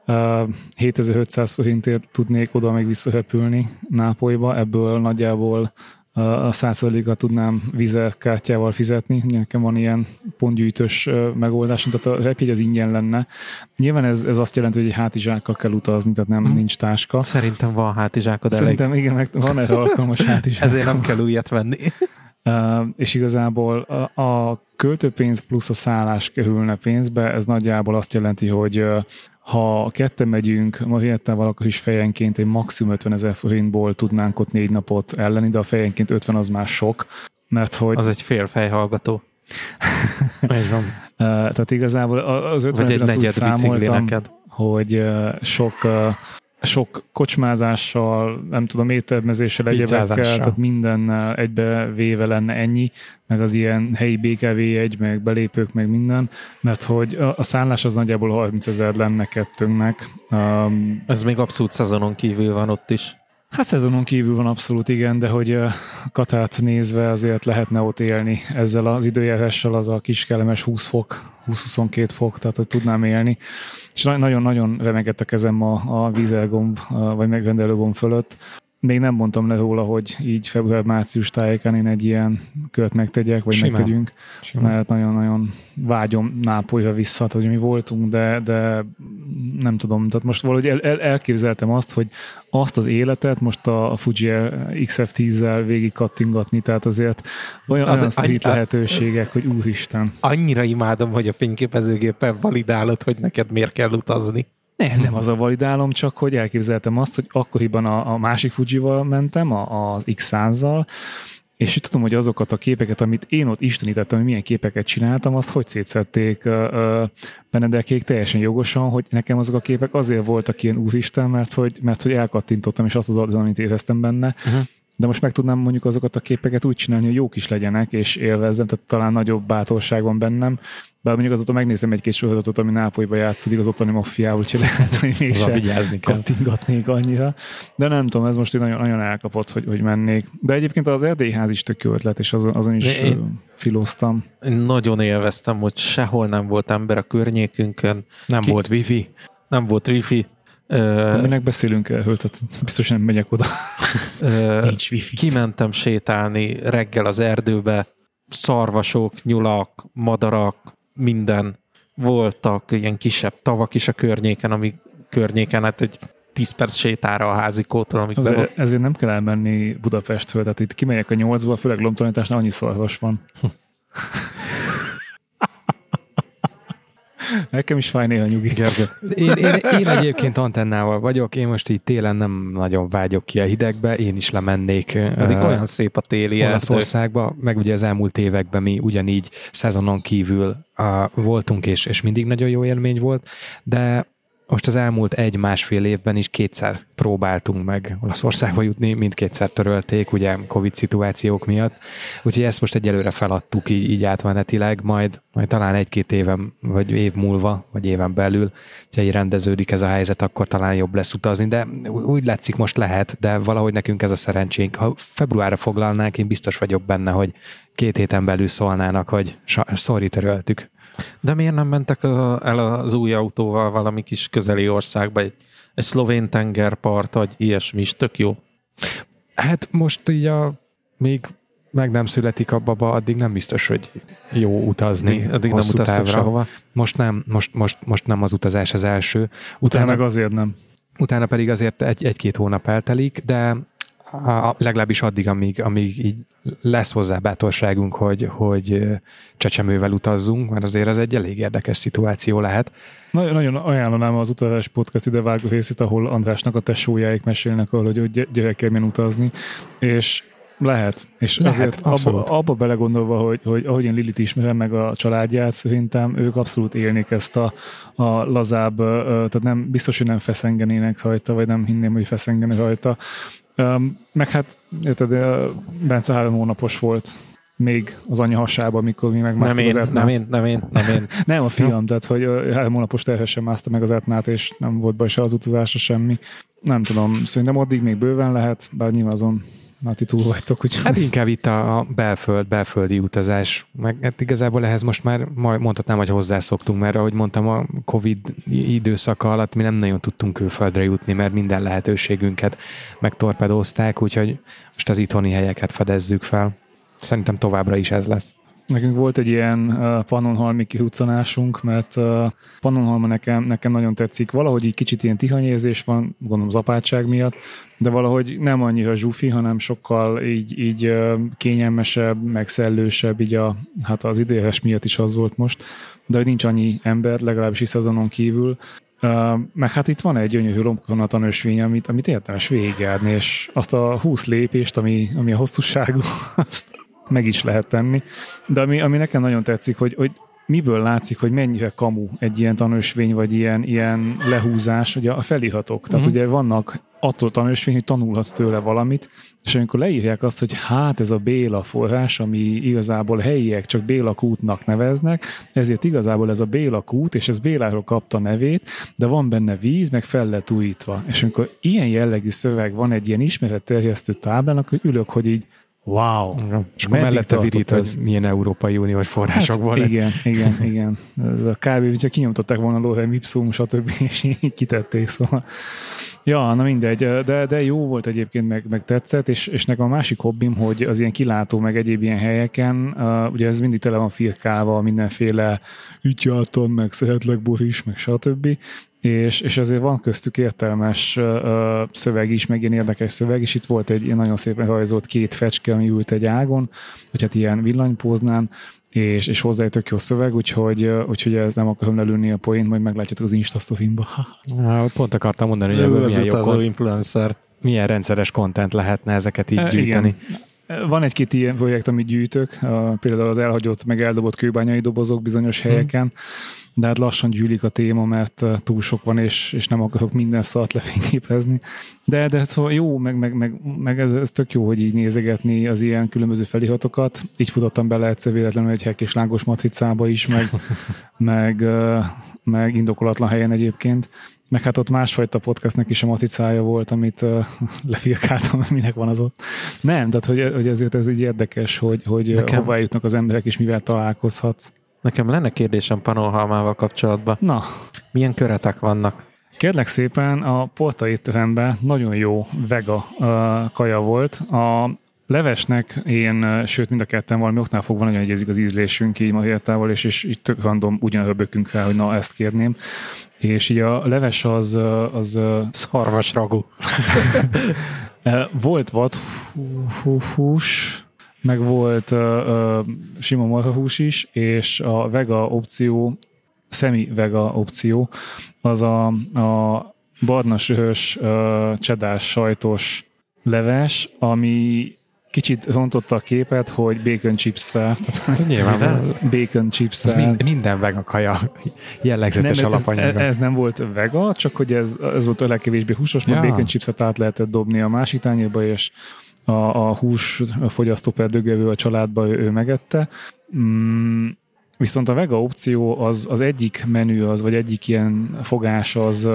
7500 forintért tudnék oda meg visszarepülni Nápolyba, ebből nagyjából a 100%-a tudnám vizekártyával fizetni. Nekem van ilyen pontgyűjtős megoldás, tehát a repjegy az ingyen lenne. Nyilván ez azt jelenti, hogy egy hátizsákkal kell utazni, tehát nincs táska. Szerintem van hátizsákod elég. Szerintem igen, van erre alkalmas hátizsák. Ezért nem kell újat venni. És igazából a költőpénz plusz a szállás kerülne pénzbe, ez nagyjából azt jelenti, hogy ha ketten megyünk Mariettával, akkor is fejenként egy maximum 50 000 forintból tudnánk ott 4 napot elleni, de a fejenként 50 az már sok, mert hogy... Az egy fél fejhallgató. Tehát igazából az 50 000 azt úgy számoltam, hogy sok sok kocsmázással, nem tudom, éttermezéssel, egyebekkel, tehát mindennel egybevéve lenne ennyi, meg az ilyen helyi BKV jegy, meg belépők, meg minden, mert hogy a szállás az nagyjából 30 000 lenne kettőnknek. Ez még abszolút szezonon kívül van ott is. Hát szezonon kívül van abszolút, igen, de hogy Katát nézve azért lehetne ott élni ezzel az időjárással, az a kis kellemes 20 fok, 20-22 fok, tehát hogy tudnám élni. És nagyon-nagyon remegett a kezem a vízelgomb, vagy megrendelőgomb fölött. Még nem mondtam le róla, hogy így február-március tájékán én egy ilyen kört megtegyek, vagy megtegyünk, mert nagyon-nagyon vágyom Nápolyra vissza, tehát hogy mi voltunk, de nem tudom, tehát most valahogy elképzeltem azt, hogy azt az életet most a Fuji XF10-zel végig kattingatni, tehát azért olyan street lehetőségek, hogy úristen. Annyira imádom, hogy a fényképezőgéppel validálod, hogy neked miért kell utazni. Nem az a validálom, csak hogy elképzeltem azt, hogy akkoriban a másik Fujival mentem, az X100-zal, és tudom, hogy azokat a képeket, amit én ott istenítettem, hogy milyen képeket csináltam, azt hogy szétszedték Benedekék teljesen jogosan, hogy nekem azok a képek azért voltak ilyen úristen, mert hogy elkattintottam, és azt az amit éreztem benne. Uh-huh. De most meg tudnám mondjuk azokat a képeket úgy csinálni, hogy jók is legyenek, és élvezzem, tehát talán nagyobb bátorság van bennem. Bár mondjuk azóta megnézem egy-két sorozatot, ami Nápolyba játszik az ottani maffiával, úgyhogy lehet, hogy mégsem kattingatnék annyira. De nem tudom, ez most nagyon, nagyon elkapott, hogy mennék. De egyébként az erdélyi ház is tök jó ötlet, és azon is filóztam. Én nagyon élveztem, hogy sehol nem volt ember a környékünkön. Volt wifi. Nem volt wifi. Minek beszélünk erről, tehát biztos nem megyek oda. Nincs wifi. Kimentem sétálni reggel az erdőbe, szarvasok, nyulak, madarak, minden. Voltak ilyen kisebb tavak is a környéken, ami környéken, hát egy 10 perc sétára a házikótól. Ezért nem kell elmenni Budapestről, tehát itt kimegyek a 8-ba, főleg Lomtalanításnál annyi szarvas van. Nekem is fáj néha nyugi. Én egyébként antennával vagyok, én most így télen nem nagyon vágyok ki a hidegbe, én is lemennék. Pedig olyan szép a téli Olaszországba, meg ugye az elmúlt években mi ugyanígy szezonon kívül voltunk, és mindig nagyon jó élmény volt, de most az elmúlt 1-1,5 évben is 2-szer próbáltunk meg Olaszországba jutni, mindkétszer törölték, ugye Covid szituációk miatt. Úgyhogy ezt most egyelőre feladtuk így átmenetileg, majd talán 1-2 éven, vagy év múlva, vagy éven belül, ha így rendeződik ez a helyzet, akkor talán jobb lesz utazni, de úgy látszik most lehet, de valahogy nekünk ez a szerencsénk. Ha februárra foglalnánk, én biztos vagyok benne, hogy 2 héten belül szólnának, hogy sorry, töröltük. De miért nem mentek el az új autóval valami kis közeli országba, egy szlovén tengerpart, vagy ilyesmi is tök jó? Hát most így még meg nem születik a baba, addig nem biztos, hogy jó utazni. Addig nem utaztak sehova? Most nem az utazás az első. Utána meg azért nem. Utána pedig azért 1-2 hónap eltelik, de legalábbis addig, amíg így lesz hozzá bátorságunk, hogy csecsemővel utazzunk, mert azért ez egy elég érdekes szituáció lehet. Nagyon ajánlanám az utazás podcast idevágó részét, ahol Andrásnak a tesójáik mesélnek arról, hogy gyerekkel milyen utazni, és lehet. És azért abba belegondolva, hogy ahogy én Lilit ismerem meg a családját, szerintem ők abszolút élnék ezt a lazább, tehát nem, biztos, hogy nem feszengenének rajta, vagy nem hinném, hogy feszengenek rajta. Meg hát, érted, Bence 3 hónapos volt még az anya hasában, amikor mi megmásztuk az Etnát. Nem én. Nem a fiam, tehát hogy 3 hónapos terhesen mászta meg az Etnát, és nem volt baj se az utazásra semmi. Nem tudom, szerintem addig még bőven lehet, bár nyilván azon már ti túl vagytok. Úgyhogy... Hát inkább itt a belföldi utazás. Meg hát igazából ehhez most már mondhatnám, hogy hozzászoktunk, mert ahogy mondtam, a Covid időszaka alatt mi nem nagyon tudtunk külföldre jutni, mert minden lehetőségünket megtorpedózták, úgyhogy most az itthoni helyeket fedezzük fel. Szerintem továbbra is ez lesz. Nekünk volt egy ilyen Pannonhalmi kihuccanásunk, mert Pannonhalma nekem nagyon tetszik. Valahogy így kicsit ilyen tihanyérzés van, gondolom az apátság miatt, de valahogy nem annyira zsufi, hanem sokkal így kényelmesebb, megszellősebb, így az időjárás miatt is az volt most, de hogy nincs annyi ember, legalábbis is szezonon kívül. Meg hát itt van egy gyönyörű lombkonaton ösvény, amit érdemes végigjárni, és azt a 20 lépést, ami a hosszúságú, azt meg is lehet tenni. De ami nekem nagyon tetszik, hogy miből látszik, hogy mennyire kamu egy ilyen tanösvény, vagy ilyen lehúzás, ugye a feliratok. Tehát ugye vannak attól tanösvény, hogy tanulhatsz tőle valamit, és amikor leírják azt, hogy hát ez a Béla forrás, ami igazából helyiek csak Béla kútnak neveznek, ezért igazából ez a Béla kút, és ez Béláról kapta nevét, de van benne víz, meg fel lett újítva. És amikor ilyen jellegű szöveg van egy ilyen ismeretterjesztő táblán, akkor ülök, hogy így wow. És akkor mellette virít, hogy milyen Európai Uniós források voltak. Igen. Ez a kb. Csak kinyomtották volna Lorem Ipsum, stb. És így kitették, szóval. Ja, na mindegy, de jó volt egyébként, meg tetszett, és nekem a másik hobbim, hogy az ilyen kilátó, meg egyéb ilyen helyeken, ugye ez mindig tele van firkálva, mindenféle így jártam, meg szeretlek Boris, meg stb. És ezért van köztük értelmes szöveg is, meg ilyen érdekes szöveg, és itt volt egy nagyon szépen rajzolt 2 fecske, ami ült egy ágon, vagy hát ilyen villanypóznán, és hozzá egy tök jó szöveg, úgyhogy ez nem akarom lelőni a poént, majd meglátjátok az Insta-sztorimba. Pont akartam mondani, hogy ebből milyen jó influencer. Milyen rendszeres content lehetne ezeket így gyűjteni. Igen. Van egy-két ilyen projekt, amit gyűjtök, például az elhagyott, meg eldobott kőbányai dobozok bizonyos helyeken, de hát lassan gyűlik a téma, mert túl sok van, és nem akarok minden szart lefényképezni. De szóval jó, meg ez tök jó, hogy így nézegetni az ilyen különböző feliratokat. Így futottam bele egyszer véletlenül egy Hek és Lángos matricába is, meg indokolatlan helyen egyébként. Meg hát ott másfajta podcastnek is a matricája volt, amit lefirkáltam, minek van az ott. Nem, tehát hogy ezért ez így érdekes, hogy hová jutnak az emberek, és mivel találkozhatsz. Nekem lenne kérdésem Pannonhalmával kapcsolatban. Na. Milyen köretek vannak? Kérlek szépen, a Porta étteremben nagyon jó vega kaja volt. A levesnek sőt mind a ketten valami oknál fogva nagyon egyezik az ízlésünk így Mariattával, és így tök random ugyanarra bökünk rá, hogy na ezt kérném. És így a leves az szarvasragú. Volt hús, meg volt sima marhahús is, és a vega opció, szemi-vega opció, az a barna sörös, cheddar sajtos leves, ami kicsit rontotta a képet, hogy bacon chips-szel. Nyilván bacon chips-szel. Minden vega kaja jellegzetes alapanyaga. Ez nem volt vega, csak hogy ez volt a legkevésbé húsos, mert bacon chipset át lehetett dobni a másik tányérba, és a hús fogyasztó per dögevő a családba ő megette. Viszont a vega opció az egyik menü, vagy egyik ilyen fogás az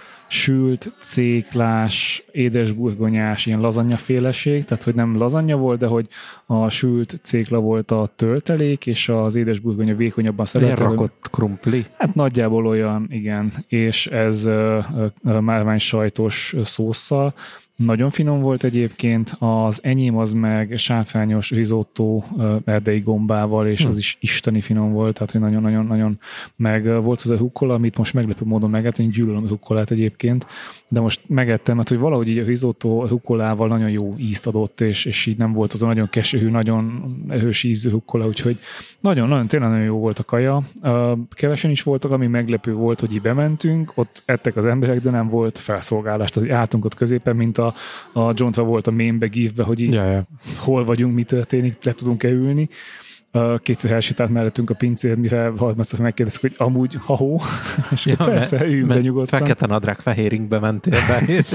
sült, céklás, édesburgonyás, ilyen lazanyaféleség, tehát hogy nem lazanya volt, de hogy a sült cékla volt a töltelék, és az édesburgonya vékonyabban szeretett. Lerakott krumpli? Hát nagyjából olyan, igen, és ez márvány sajtos szósszal. Nagyon finom volt egyébként, az enyém az meg sáfrányos risotto erdei gombával, és az is isteni finom volt, tehát hogy nagyon-nagyon meg volt az a rukkola, amit most meglepő módon megettem, én gyűlölöm a rukkolát egyébként, de most megettem, mert hogy valahogy így a risotto rukkolával nagyon jó ízt adott, és így nem volt az a nagyon keserű, nagyon erős ízű rukkola, úgyhogy nagyon tényleg nagyon jó volt a kaja. Kevesen is voltak, ami meglepő volt, hogy így bementünk, ott ettek az emberek, de nem volt felszolgálás, tehát álltunk ott középen, mint a John Travolta meme-be, gif-be, hogy így hol vagyunk, mi történik, le tudunk-e ülni. Kétszer elsétált mellettünk a pincér, mire harmadszor megkérdeztük, hogy amúgy ha-hó, és persze, üljünk be nyugodtan. Fekete nadrág fehéringbe mentél be, és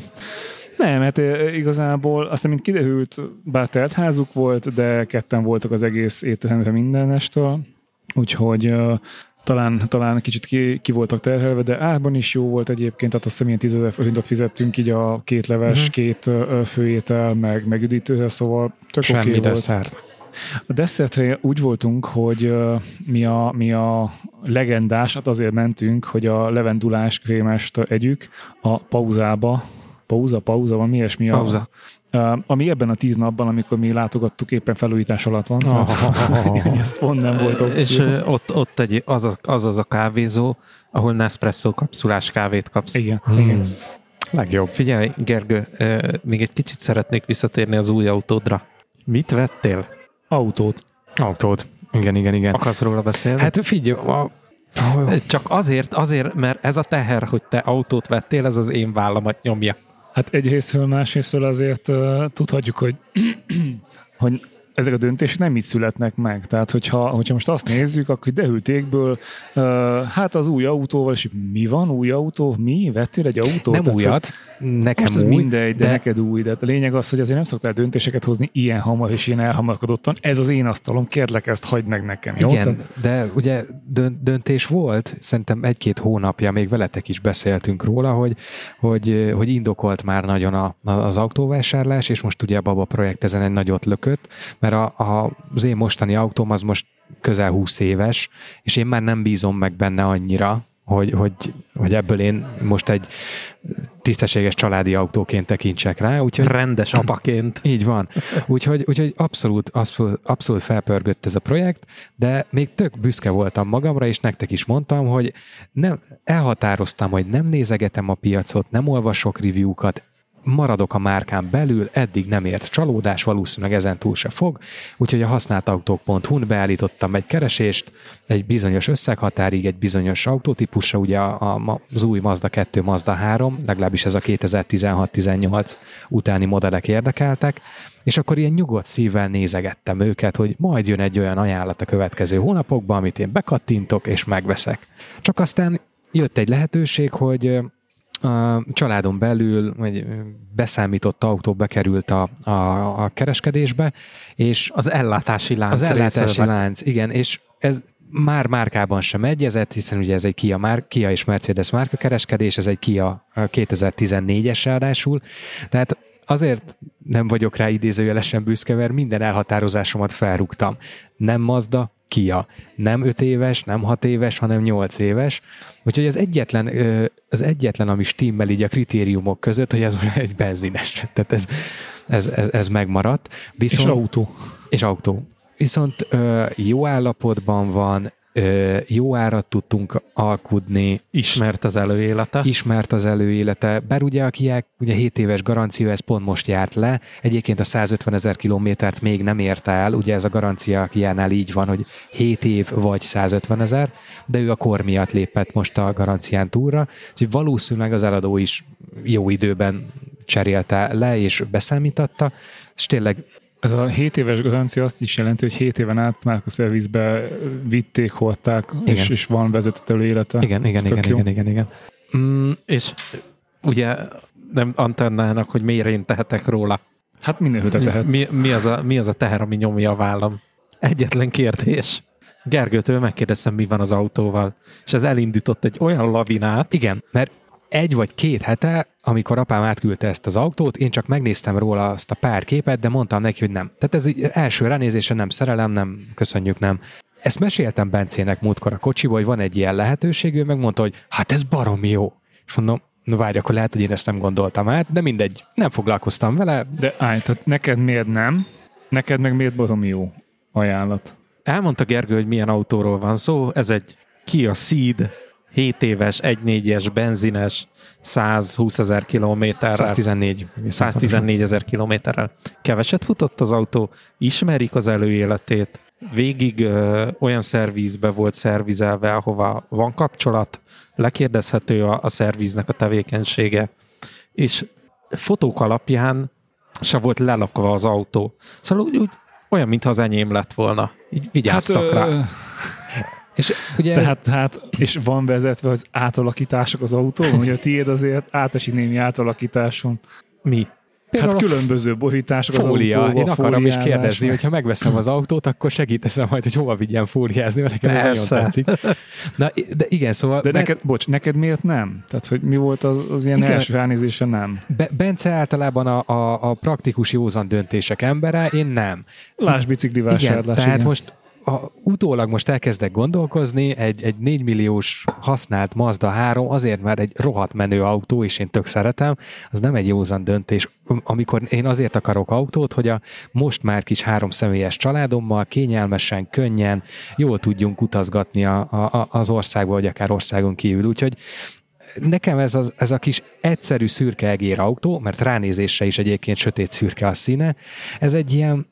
nem, hát igazából aztán mint kiderült, bár teltházuk volt, de ketten voltak az egész étteremre mindenestől, úgyhogy talán kicsit ki voltak terhelve, de árban is jó volt egyébként, tehát azt hiszem ilyen 10 000 forintot fizettünk így a 2 leves, 2 főétel, meg üdítőre, szóval tök oké volt. Desszert. A desszertre úgy voltunk, hogy mi a legendás, hát azért mentünk, hogy a levendulás krémest együk a pauzába. Pauza, van mi ilyesmi? Pauza. Ami ebben a 10 napban, amikor mi látogattuk, éppen felújítás alatt van. Tehát, ez pont nem volt opció. És ott az a kávézó, ahol Nespresso kapszulás kávét kapsz. Igen. Legjobb. Figyelj, Gergő, még egy kicsit szeretnék visszatérni az új autódra. Mit vettél? Autót. Igen. Akarsz róla beszélni? Hát figyelj, csak azért, mert ez a teher, hogy te autót vettél, ez az én vállamat nyomja. Hát egyrésztről, másrésztről azért tudhatjuk, hogy ezek a döntések nem így születnek meg. Tehát, hogyha most azt nézzük, akkor dehültékből, hát az új autóval, és mi van, új autó? Mi? Vettél egy autót? Nem tehát, újat, nekem most új. mindegy, de neked új. De a lényeg az, hogy azért nem szoktál döntéseket hozni ilyen hamar és ilyen elhamarkodottan. Ez az én asztalom, kérlek, ezt hagyd meg nekem. Jó? Igen, de ugye döntés volt, szerintem 1-2 hónapja, még veletek is beszéltünk róla, hogy indokolt már nagyon az autóvásárlás, és most ugye a Baba projekt ezen egy nagyot lökött, mert az én mostani autóm az most közel 20 éves, és én már nem bízom meg benne annyira, hogy ebből én most egy tisztességes családi autóként tekintsek rá. Úgyhogy, rendes apaként. Így van. Úgyhogy abszolút felpörgött ez a projekt, de még tök büszke voltam magamra, és nektek is mondtam, hogy elhatároztam, hogy nem nézegetem a piacot, nem olvasok review-kat, maradok a márkán belül, eddig nem ért csalódás, valószínűleg ezen túl se fog, úgyhogy a használtautók.hu-n beállítottam egy keresést, egy bizonyos összeghatárig, egy bizonyos autótípusra, ugye az új Mazda 2, Mazda 3, legalábbis ez a 2016-18 utáni modellek érdekeltek, és akkor ilyen nyugodt szívvel nézegettem őket, hogy majd jön egy olyan ajánlat a következő hónapokban, amit én bekattintok és megveszek. Csak aztán jött egy lehetőség, hogy a családon belül egy beszámított autó bekerült a kereskedésbe, és az ellátási lánc. Az ellátási lánc, igen, és ez már márkában sem egyezett, hiszen ugye ez egy Kia és Mercedes márkakereskedés, ez egy Kia 2014-es ráadásul, tehát azért nem vagyok rá idézőjelesen büszke, mert minden elhatározásomat felrúgtam. Nem Mazda, Kia. Nem 5 éves, nem 6 éves, hanem 8 éves. Úgyhogy az egyetlen, ami stimmel így a kritériumok között, hogy ez egy benzines. Tehát ez megmaradt. Viszont, és autó. Viszont jó állapotban van, jó árat tudtunk alkudni. Ismert az előélete. Bár ugye a Kiák, ugye 7 éves garancia, ez pont most járt le. Egyébként a 150 000 kilométert még nem érte el. Ugye ez a garancia a Kiánál így van, hogy 7 év vagy 150 000, de ő a kor miatt lépett most a garancián túlra. Úgyhogy valószínűleg az eladó is jó időben cserélte le és beszámítatta, és tényleg ez a 7 éves garancia azt is jelenti, hogy 7 éven át már a szervizbe vitték, hordták, és van vezetett előélete. Igen. És ugye nem antennának, hogy miért én tehetek róla. Hát mindenhol tehetsz. Mi az a teher, ami nyomja a vállam? Egyetlen kérdés. Gergőtől megkérdeztem, mi van az autóval, és ez elindított egy olyan lavinát. Igen, mert 1 vagy 2 hete, amikor apám átküldte ezt az autót, én csak megnéztem róla azt a pár képet, de mondtam neki, hogy nem. Tehát ez első ránézésre nem szerelem, nem, köszönjük, nem. Ezt meséltem Bencének múltkor a kocsiból, hogy van egy ilyen lehetőség, ő megmondta, hogy hát ez baromi jó. És mondom, várj, akkor lehet, hogy én ezt nem gondoltam át, de mindegy, nem foglalkoztam vele. De tehát neked miért nem? Neked meg miért baromi jó ajánlat? Elmondta Gergő, hogy milyen autóról van szó, ez egy Kia Ceed, 7 éves, 1.4-es, benzines, 120 000 kilométerrel. 114 000 kilométerrel. Keveset futott az autó, ismerik az előéletét, végig olyan szervizbe volt szervizelve, ahova van kapcsolat, lekérdezhető a szerviznek a tevékenysége, és fotók alapján se volt lelakva az autó. Szóval úgy olyan, mintha az enyém lett volna. Így vigyáztak rá. És ugye tehát és van vezetve az átalakítások az autón, hogy a tiéd azért átesik némi átalakításon. Mi? Például hát különböző borítások az autóba. Én akarom is kérdezni, meg. hogyha megveszem az autót, akkor segíteszem majd, hogy hova vigyen fóliázni, mert nekem ez nagyon tetszik. Na, de igen, szóval... De neked miért nem? Tehát, hogy mi volt az ilyen igen, első ránézésre nem? Bence általában a praktikus józan döntések embere, én nem. Lásd bicikli vásárlás. Igen, tehát most utólag most elkezdek gondolkozni, egy 4 milliós használt Mazda 3 azért, mert egy rohadt menő autó, és én tök szeretem, az nem egy józan döntés. Amikor én azért akarok autót, hogy a most már kis 3 személyes családommal kényelmesen, könnyen, jól tudjunk utazgatni az országba, vagy akár országon kívül. Úgyhogy nekem ez a kis egyszerű szürke egér autó, mert ránézésre is egyébként sötét szürke a színe, ez egy ilyen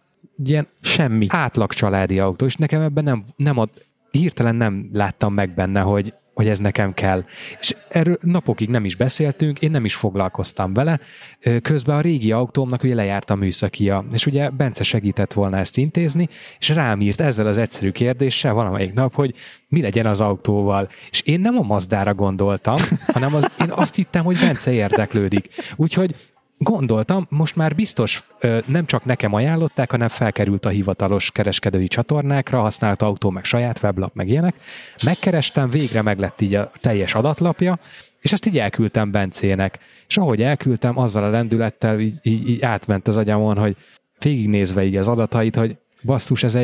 átlag családi autó, és nekem ebben hirtelen nem láttam meg benne, hogy hogy ez nekem kell. És erről napokig nem is beszéltünk, én nem is foglalkoztam vele. Közben a régi autómnak ugye lejárt a műszakia, és ugye Bence segített volna ezt intézni, és rám írt ezzel az egyszerű kérdéssel valamelyik nap, hogy mi legyen az autóval. És én nem a Mazdára gondoltam, hanem én azt hittem, hogy Bence érdeklődik. Úgyhogy gondoltam, most már biztos nem csak nekem ajánlották, hanem felkerült a hivatalos kereskedői csatornákra, használt autó, meg saját weblap, meg ilyenek. Megkerestem, végre meglett így a teljes adatlapja, és ezt így elküldtem Bencének. És ahogy elküldtem, azzal a lendülettel így átment az agyamon, hogy végignézve így az adatait, hogy basszus, ez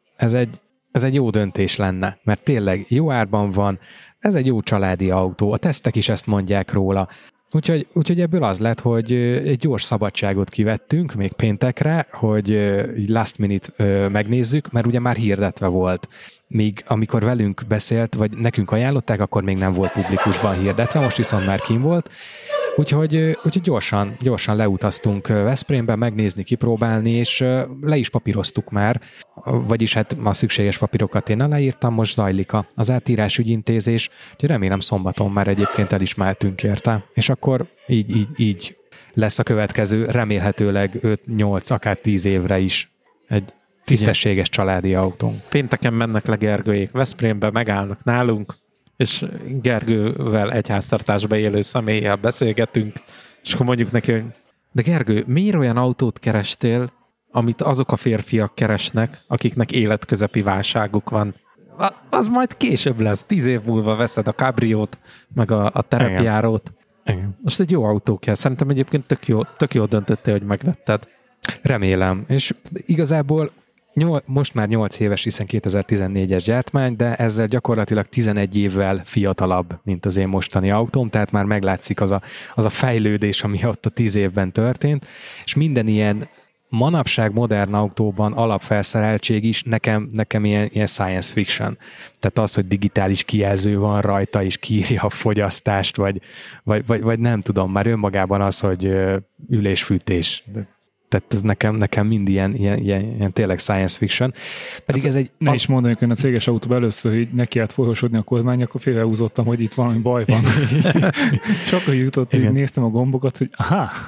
egy jó döntés lenne, mert tényleg jó árban van, ez egy jó családi autó, a tesztek is ezt mondják róla. Úgyhogy ebből az lett, hogy egy gyors szabadságot kivettünk még péntekre, hogy így last minute megnézzük, mert ugye már hirdetve volt. Míg amikor velünk beszélt, vagy nekünk ajánlották, akkor még nem volt publikusban hirdetve, most viszont már kim volt. Úgyhogy gyorsan leutaztunk Veszprémbe megnézni, kipróbálni, és le is papíroztuk már, vagyis hát a szükséges papírokat én leírtam, most zajlik az átírás ügyintézés, úgyhogy remélem szombaton már egyébként el is mehetünk érte, és akkor így lesz a következő, remélhetőleg 5-8, akár 10 évre is egy tisztességes családi autón. Pénteken mennek le Gergőjék Veszprémbe, megállnak nálunk, és Gergővel egy háztartásba élő személlyel beszélgetünk, és akkor mondjuk neki, de Gergő, miért olyan autót kerestél, amit azok a férfiak keresnek, akiknek életközepi válságuk van? Az majd később lesz, 10 év múlva veszed a Cabriót, meg a terepjárót. Igen. Most egy jó autó kell. Szerintem egyébként tök jó döntöttél, hogy megvetted. Remélem, és igazából most már 8 éves, hiszen 2014-es gyártmány, de ezzel gyakorlatilag 11 évvel fiatalabb, mint az én mostani autóm, tehát már meglátszik az a fejlődés, ami ott a 10 évben történt, és minden ilyen manapság modern autóban alapfelszereltség is nekem ilyen science fiction. Tehát az, hogy digitális kijelző van rajta, és kiírja a fogyasztást, vagy nem tudom, már önmagában az, hogy ülésfűtés. Tehát ez nekem mind ilyen tényleg science fiction. Pedig hát ez egy... Ne is mondani, hogy a céges autóban először, hogy neki állt folyosodni a kormány, akkor félrehúzottam, hogy itt valami baj van. És akkor jutott, hogy néztem a gombokat, hogy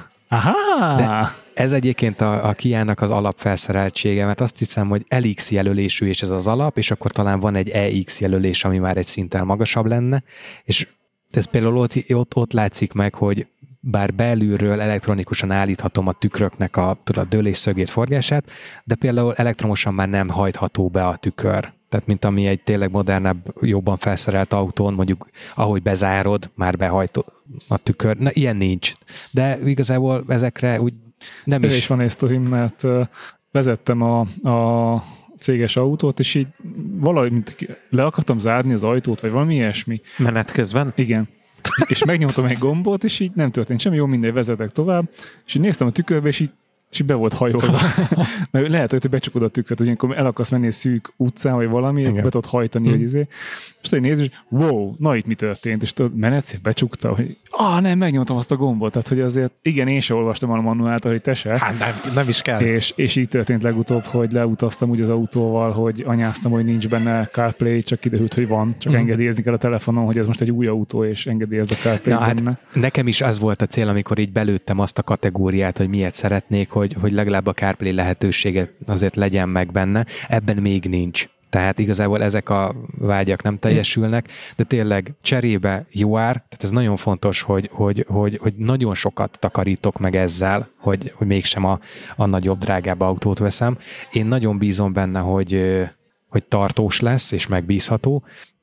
aha! De ez egyébként a Kia-nak az alapfelszereltsége, mert azt hiszem, hogy LX jelölésű, és ez az alap, és akkor talán van egy EX jelölés, ami már egy szinten magasabb lenne, és ez például ott látszik meg, hogy bár belülről elektronikusan állíthatom a tükröknek a dőlésszögét, forgását, de például elektromosan már nem hajtható be a tükör. Tehát mint ami egy tényleg modernebb, jobban felszerelt autón, mondjuk ahogy bezárod, már behajt a tükör. Na, ilyen nincs. De igazából ezekre úgy nem is... is van egy sztorim, mert vezettem a céges autót, és így valahogy le akartam zárni az ajtót, vagy valami ilyesmi. Menet közben? Igen. És megnyomtam egy gombot, és így nem történt semmi, jó, minden vezetek tovább, és így néztem a tükörbe, és így be volt hajolva. Mert lehet, hogy becsukod a tükröt, hogy amikor el akarsz menni egy szűk utcán, vagy valami, be tudod hajtani, hogy izé. És tudod, nézd, és wow, na itt mi történt? És tudod, menetsz, becsukta, hogy nem, megnyomtam azt a gombot. Tehát, hogy azért, igen, én sem olvastam a manuált, hogy te se. Hát nem is kell. És így történt legutóbb, hogy leutaztam úgy az autóval, hogy anyáztam, hogy nincs benne CarPlay, csak kiderült, hogy van. Csak engedélyezni kell a telefonon, hogy ez most egy új autó, és engedélyezd a CarPlay benne. Hát nekem is az volt a cél, amikor így belőttem azt a kategóriát, hogy miért szeretnék, hogy legalább a CarPlay lehetősége azért legyen meg benne. Ebben még nincs. Tehát igazából ezek a vágyak nem teljesülnek, de tényleg cserébe jó ár, tehát ez nagyon fontos, hogy nagyon sokat takarítok meg ezzel, hogy mégsem a nagyobb, drágább autót veszem. Én nagyon bízom benne, hogy tartós lesz, és megbízható.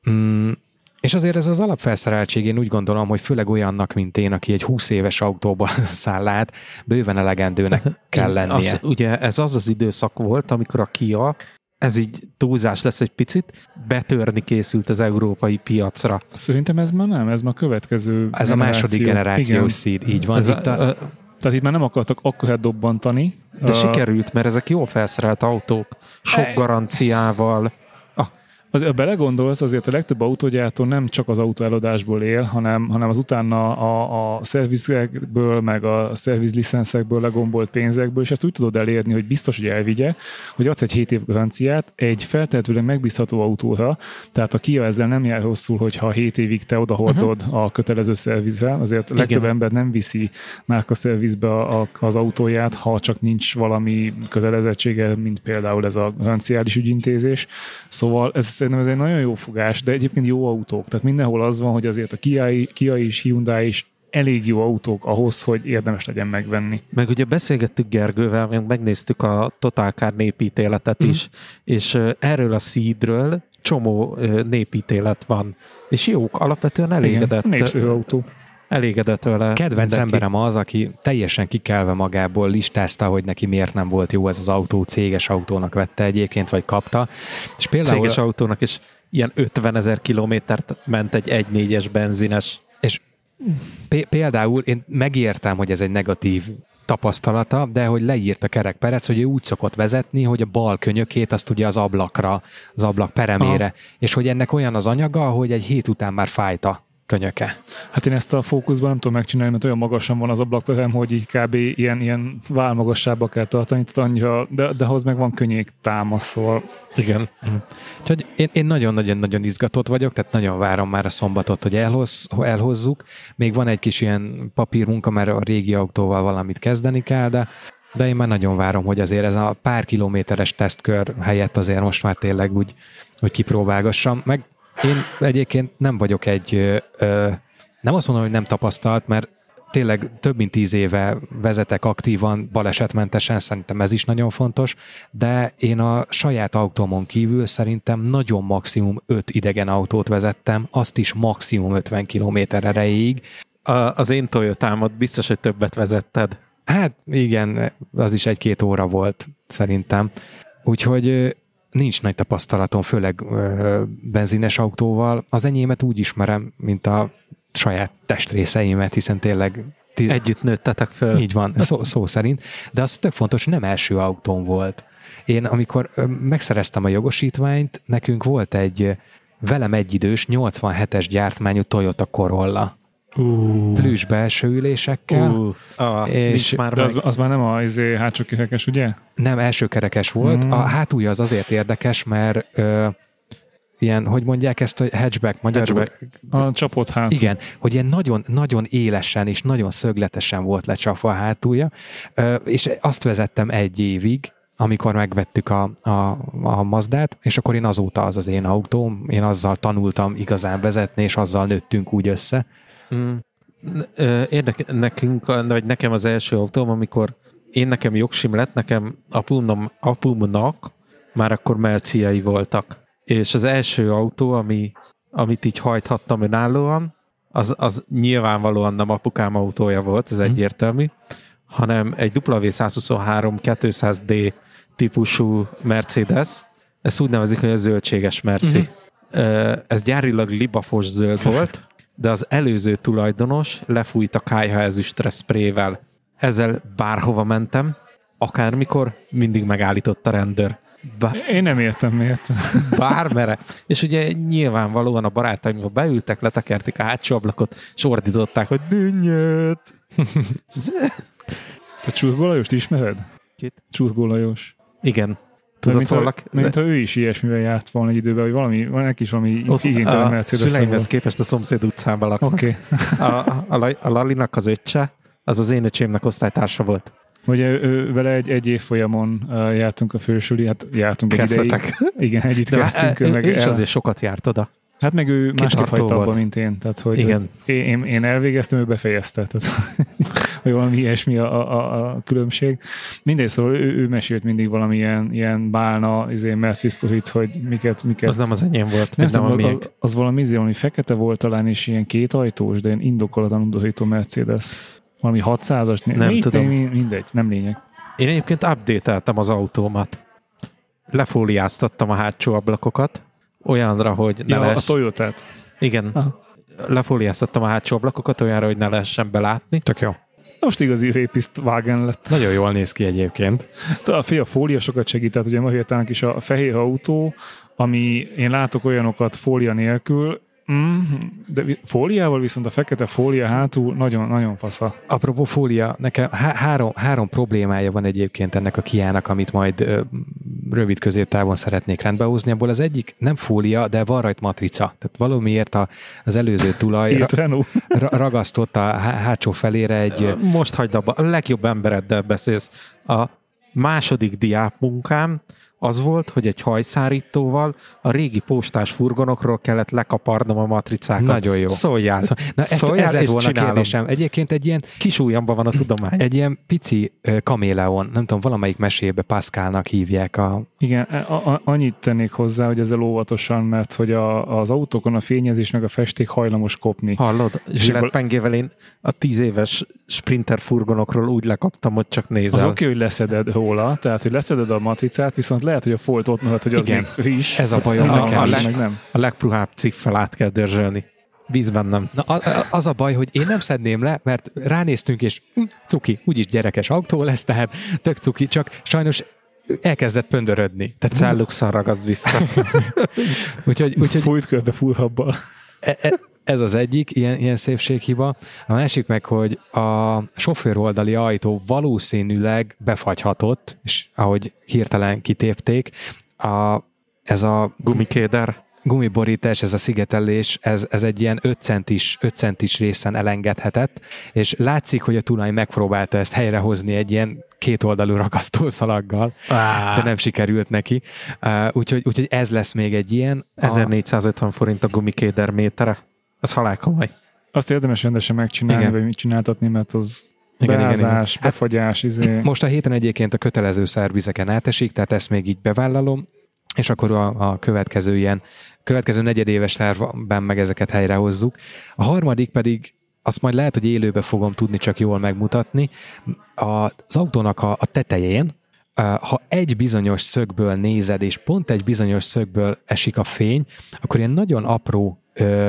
És azért ez az alapfelszereltség, én úgy gondolom, hogy főleg olyannak, mint én, aki egy 20 éves autóban száll át, bőven elegendőnek kell lennie. Ugye ez az időszak volt, amikor a Kia, ez így túlzás lesz egy picit, betörni készült az európai piacra. Szerintem ez már nem, ez már a következő ez a második generációs Ceed, így van. Tehát itt már nem akartak akkor dobbantani. De sikerült, mert ezek jól felszerelt autók, sok garanciával. Ha belegondolsz, azért a legtöbb autógyártó nem csak az autó eladásból él, hanem az utána a szervizekből, meg a szervizlicenszekből legombolt pénzekből, és ezt úgy tudod elérni, hogy biztos, hogy elvigye, hogy adsz egy 7 év garanciát egy feltehetőleg megbízható autóra, tehát a Kia ezzel nem jár rosszul, hogyha 7 évig te odahordod a kötelező szervizre, azért a legtöbb ember nem viszi márkaszervizbe az autóját, ha csak nincs valami kötelezettsége, mint például ez a garanciális ügyintézés. Szóval szerintem ez egy nagyon jó fogás, de egyébként jó autók. Tehát mindenhol az van, hogy azért a Kia is, Hyundai is elég jó autók ahhoz, hogy érdemes legyen megvenni. Meg ugye beszélgettük Gergővel, megnéztük a Total Car népítéletet is, és erről a Ceedről csomó népítélet van. És jók, alapvetően elégedett. Igen, népszerű autó. Elégedett vele. Kedvenc emberem az, aki teljesen kikelve magából listázta, hogy neki miért nem volt jó ez az autó, céges autónak vette egyébként, vagy kapta. És például... Céges autónak is ilyen 50 000 kilométert ment egy 1.4-es benzines. És például én megértem, hogy ez egy negatív tapasztalata, de hogy leírt a kerekperec, hogy ő úgy szokott vezetni, hogy a bal könyökét azt ugye az ablakra, az ablak peremére, és hogy ennek olyan az anyaga, hogy egy hét után már fájta könyöke. Hát én ezt a fókuszban nem tudom megcsinálni, mert olyan magasan van az ablakperem, hogy így kb. ilyen válmagasságba kell tartani, tehát annyira, de ahhoz meg van könnyék támasz, szóval... Igen. Úgyhogy én nagyon-nagyon izgatott vagyok, tehát nagyon várom már a szombatot, hogy elhozzuk. Még van egy kis ilyen papírmunka, mert a régi autóval valamit kezdeni kell, de én már nagyon várom, hogy azért ez a pár kilométeres tesztkör helyett azért most már tényleg úgy, hogy kipróbálgassam. Meg én egyébként nem vagyok nem azt mondom, hogy nem tapasztalt, mert tényleg több mint 10 éve vezetek aktívan, balesetmentesen, szerintem ez is nagyon fontos, de én a saját autómon kívül szerintem nagyon maximum 5 idegen autót vezettem, azt is maximum 50 km erejéig. Az én Toyotámat biztos, hogy többet vezetted. Hát igen, az is 1-2 óra volt szerintem. Úgyhogy nincs nagy tapasztalatom, főleg benzines autóval. Az enyémet úgy ismerem, mint a saját testrészeimet, hiszen tényleg... Együtt nőttetek föl. Így van, szó szerint. De az tök fontos, nem első autóm volt. Én amikor megszereztem a jogosítványt, nekünk volt egy velem egyidős 87-es gyártmányú Toyota Corolla. Plüss belső ülésekkel. És már az már nem a hátsó kerekes, ugye? Nem, első kerekes volt. A hátulja az azért érdekes, mert ilyen, hogy mondják ezt, hogy hatchback magyarul? A csapott hátul. Igen, hogy ilyen nagyon, nagyon élesen és nagyon szögletesen volt lecsapva a hátulja, és azt vezettem 1 évig, amikor megvettük a Mazdát, és akkor én azóta az én autóm, én azzal tanultam igazán vezetni, és azzal nőttünk úgy össze. Nekem az első autóm, amikor nekem jogsim lett, nekem apumnak már akkor Melciai voltak. És az első autó, amit így hajthattam önállóan, az nyilvánvalóan nem apukám autója volt, ez egyértelmű, hanem egy W123 200D típusú Mercedes. Ezt úgy nevezik, hogy a zöldséges merci. Ez gyárilag libafos zöld volt, de az előző tulajdonos lefújt a kályha ezüstre szprével. Ezzel bárhova mentem, akármikor, mindig megállított a rendőr. Én nem értem miért. Bármere. És ugye nyilvánvalóan a barátaimba beültek, letekerték a hátsó ablakot, és ordították, hogy dünnyöt. Te Csurgó Lajost ismered? Kit? Csurgó Lajos. Igen. Tudod, mintha ő is ilyesmivel járt volna egy időben, hogy neki is valami igénytelen Mercedes. Szüleimhez képest a szomszéd utcában laknak. Okay. A Lalinak az öccse, az én öcsémnek osztálytársa volt. Ugye vele egy évfolyamon jártunk a fősüli, hát jártunk egy ideig. Igen, együtt kezdtünk. Ő is azért sokat járt oda. Hát meg ő másképp hagyta abba, mint én. Tehát, hogy igen. Én elvégeztem, ő befejezte. Tehát, hogy valami ilyesmi a különbség. Mindegy, szóval ő mesélt mindig valamilyen ilyen bálna, merci sztorit, hogy miket. Az nem az enyém volt. Nem az valami fekete volt talán, és ilyen 2 ajtós, de ilyen indokolatlan undorító Mercedes. Valami 600-as. Nem tudom. Mindegy, nem lényeg. Én egyébként update-eltem az autómat. Lefóliáztattam a hátsó ablakokat, olyanra, hogy ne a Toyotát. Igen. Aha. Lefóliáztattam a hátsó ablakokat olyanra, hogy ne lehessen belátni. Tök jó. Most igazi répiszt vágen lett. Nagyon jól néz ki egyébként. A fólia sokat segít, tehát ugye ma hirtelen is a fehér autó, ami én látok olyanokat fólia nélkül, de fóliával viszont a fekete fólia hátul nagyon, nagyon fasza. Apropó fólia, nekem három problémája van egyébként ennek a Kiának, amit majd rövid középtávon szeretnék rendbe hozni. Abból az egyik nem fólia, de van rajta matrica. Tehát valamiért az előző tulaj ragasztott a hátsó felére egy... Most hagyd abba, a legjobb embereddel beszélsz. A második diákmunkám az volt, hogy egy hajszárítóval a régi postás furgonokról kellett lekaparnom a matricákat. Nagyon jó. Szóljál. Ez lett volna a kérdésem. Egyébként egy ilyen... Kis ujjamban van a tudomány. Egy ilyen pici kaméleon, nem tudom, valamelyik mesébe Pascalnak hívják a... Igen, annyit tennék hozzá, hogy ezzel óvatosan, mert hogy az autókon a fényezés meg a festék hajlamos kopni. Hallod? Zsilletpengével én a 10 éves Sprinter furgonokról úgy lekaptam, hogy csak nézel. Az oké, hogy leszeded róla, tehát hogy leszeded a matricát, viszont lehet, hogy a folt ott marad, hogy az még friss. Ez a bajom nekem. A legpruhább ciffel át kell dörzsölni. Vízben nem. Na, az a baj, hogy én nem szedném le, mert ránéztünk, és cuki, úgyis gyerekes autó lesz, tehát tök cuki, csak sajnos elkezdett pöndörödni. Tehát celluxal ragazd vissza. úgyhogy fújt körbe fúrhabbal. Ez az egyik ilyen szépséghiba. A másik meg, hogy a sofőr oldali ajtó valószínűleg befagyhatott, és ahogy hirtelen kitépték, ez a gumiborítás, ez a szigetelés, ez egy ilyen 5 centis részen elengedhetett, és látszik, hogy a tulaj megpróbálta ezt helyrehozni egy ilyen kétoldalú ragasztószalaggal, de nem sikerült neki. Úgyhogy ez lesz még egy ilyen. 1450 forint a gumikéder métere. Ez halálkomoly. Azt érdemes rendesen megcsinálni, igen, vagy mit csináltatni, mert az beázás, befagyás. Most a héten egyébként a kötelező szervizeken átesik, tehát ezt még így bevállalom, és akkor a következő negyedéves tervben meg ezeket helyrehozzuk. A harmadik pedig, azt majd lehet, hogy élőbe fogom tudni csak jól megmutatni, az autónak a tetején, ha egy bizonyos szögből nézed, és pont egy bizonyos szögből esik a fény, akkor ilyen nagyon apró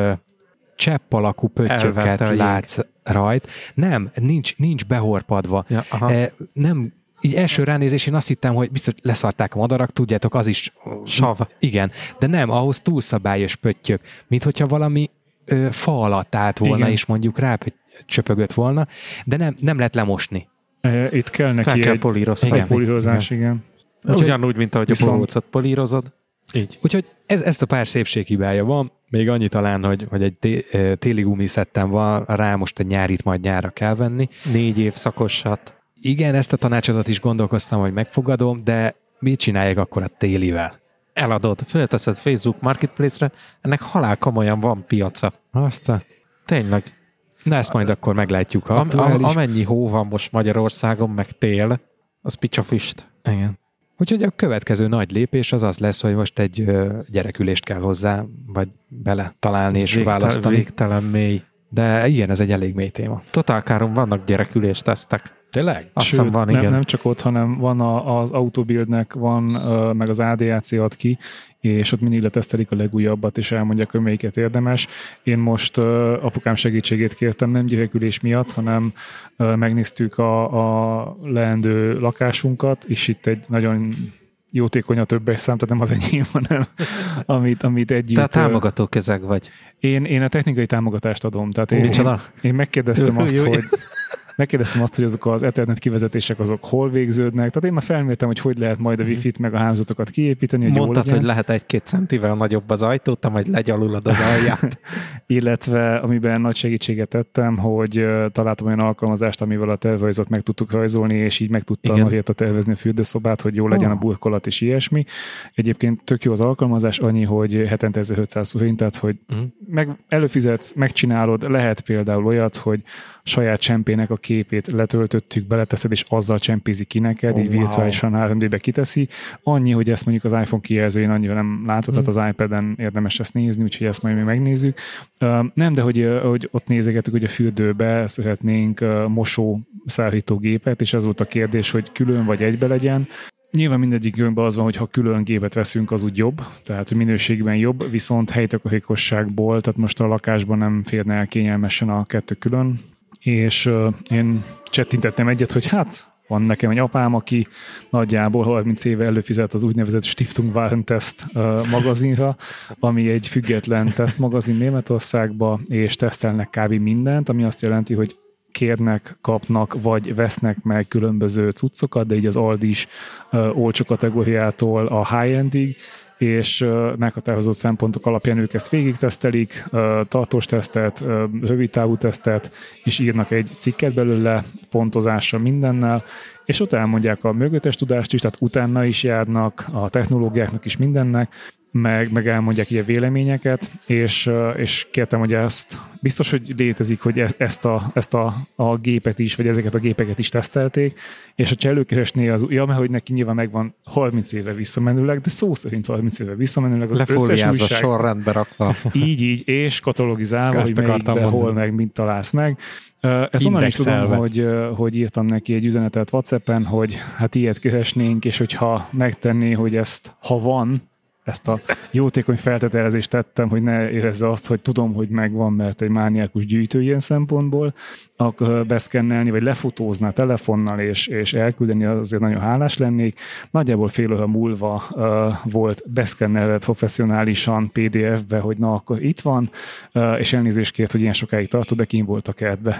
csepp alakú pöttyöket látsz rajt. Nem, nincs behorpadva. Ja, nem, így első ránézés én azt hittem, hogy biztos leszarták a madarak, tudjátok, az is... Sav. Igen, de nem, ahhoz túlszabályos pöttyök, mint hogyha valami fa alatt állt volna, igen, és mondjuk rá csöpögött volna, de nem lehet lemosni. Itt kell neki egy polírozás, igen. Ugyanúgy, mint ahogy a bohócot polírozod. Így. Úgyhogy ezt a pár szépséghibája van, még annyi talán, hogy egy téli gumiszettem van, rá most egy nyárit majd nyárra kell venni. 4 év szakosat. Igen, ezt a tanácsodat is gondolkoztam, hogy megfogadom, de mit csinálják akkor a télivel? Eladod, fölteszed Facebook Marketplace-re, ennek halálkomolyan van piaca. Aztán. Tényleg. Na ezt majd akkor meglátjuk. Amennyi hó van most Magyarországon, meg tél, az picsafüst. Igen. Úgyhogy a következő nagy lépés az lesz, hogy most egy gyerekülést kell hozzá, vagy bele találni és választani. Végtelen mély. De igen, ez egy elég mély téma. Totálkáron vannak gyerekülés tesztek. Tényleg? Sőt, van, igen. Nem csak ott, hanem van az Autobuildnek, van, meg az ADAC ad ki, és ott mindig letesztelik a legújabbat, és elmondják, hogy melyiket érdemes. Én most apukám segítségét kértem, nem gyerekülés miatt, hanem megnéztük a leendő lakásunkat, és itt egy nagyon jótékony a többes szám, tehát nem az enyém, hanem amit együtt... Tehát támogató közeg vagy. Én a technikai támogatást adom. Tehát én megkérdeztem azt, hogy azok az Ethernet kivezetések azok hol végződnek. Tehát én már felmértem, hogy lehet majd a Wi-Fi-t meg a hálózatokat kiépíteni, hogy mondtad, hogy lehet 1-2 centivel nagyobb az ajtót, te majd legyalulod az alját. Illetve, amiben nagy segítséget tettem, hogy találtam olyan alkalmazást, amivel a tervrajzot meg tudtuk rajzolni, és így meg tudtam tervezni a fürdőszobát, hogy jó legyen a burkolat és ilyesmi. Egyébként tök jó az alkalmazás, annyi, hogy hetente 1500 forint, tehát hogy előfizetsz, megcsinálod, lehet például olyat, hogy saját csempének a képét letöltöttük, beleteszed, és azzal csempézi ki neked, így virtuálisan 3D-be kiteszi. Annyi, hogy ezt mondjuk az iPhone kijelzőjén annyira nem látod, tehát az iPad-en érdemes ezt nézni, úgyhogy ezt majd még megnézzük. Nem, de hogy ott nézegettük, hogy a fürdőbe szeretnénk mosószállítógépet, és az volt a kérdés, hogy külön vagy egybe legyen. Nyilván mindegyik jönbe az van, hogy ha külön gépet veszünk, az úgy jobb, tehát hogy minőségben jobb, viszont helytakarékosságból, tehát most a lakásban nem férne el kényelmesen a kettő külön, és én csettintettem egyet, hogy hát van nekem egy apám, aki nagyjából 30 éve előfizet az úgynevezett Stiftung Warentest magazinra, ami egy független tesztmagazin Németországba, és tesztelnek kb. Mindent, ami azt jelenti, hogy kérnek, kapnak, vagy vesznek meg különböző cuccokat, de így az Aldi is olcsó kategóriától a high-endig, és meghatározott szempontok alapján ők ezt végig tesztelik, tartós tesztet, rövid távú tesztet, és írnak egy cikket belőle, pontozással mindennel, és ott elmondják a mögöttes tudást is, tehát utána is járnak, a technológiáknak is mindennek, meg elmondják ilyen véleményeket, és kértem, hogy ezt biztos, hogy létezik, hogy ezt a gépet is, vagy ezeket a gépeket is tesztelték, és hogyha előkeresné mert hogy neki nyilván megvan 30 éve visszamenőleg, de szó szerint 30 éve visszamenőleg az összes újság. Sorrendbe rakva. Így, és katalogizálva, hogy melyikbe, hol meg, mint találsz meg. Ezt onnan is tudom, hogy írtam neki egy üzenetet WhatsAppen, hogy hát ilyet keresnénk, és hogyha megtenné, hogy ezt, ha van, ezt a jótékony feltételezést tettem, hogy ne érezze azt, hogy tudom, hogy megvan, mert egy mániákus gyűjtő ilyen szempontból, akkor beszkennelni, vagy lefotózná telefonnal, és elküldeni, azért nagyon hálás lennék. Nagyjából fél óra múlva volt beszkennelve professzionálisan PDF-be, hogy na, akkor itt van, és elnézést kért, hogy ilyen sokáig tartott, de kín volt a kertbe.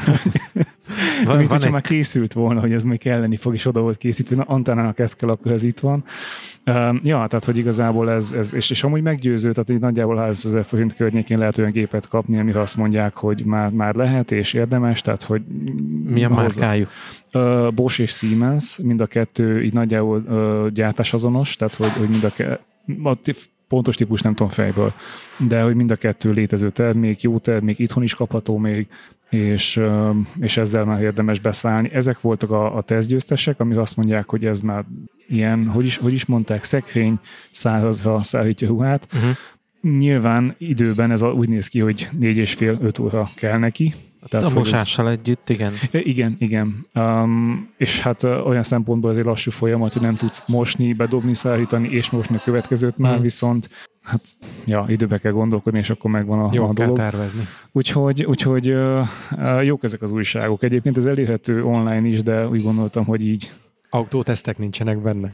Mint hogyha már készült volna, hogy ez még kelleni fog, és oda volt készítve, na Antánának ez kell, akkor ez itt van. Ja, tehát, hogy igazából ez és amúgy meggyőző, tehát így nagyjából 300 000 forint környékén lehet olyan gépet kapni, amire azt mondják, hogy már lehet, és érdemes, tehát, hogy... Milyen márkájú? Bosch és Siemens, mind a kettő így nagyjából gyártásazonos, tehát, hogy mind a pontos típus nem tudom fejből, de hogy mind a kettő létező termék, jó termék, itthon is kapható még, és ezzel már érdemes beszállni. Ezek voltak a tesztgyőztesek, amik azt mondják, hogy ez már ilyen, hogy is mondták, szekrény szárazra szállítja ruhát. Nyilván időben ez úgy néz ki, hogy 4,5-5 óra kell neki. Tehát, a mosással együtt, igen. Igen. És hát olyan szempontból azért lassú folyamat, hogy nem tudsz mosni, bedobni, szállítani, és mosni a következőt már, viszont hát ja, időbe kell gondolkodni, és akkor megvan a dolog. Kell tervezni. Úgyhogy jók ezek az újságok. Egyébként ez elérhető online is, de úgy gondoltam, hogy így. Autótesztek nincsenek benne?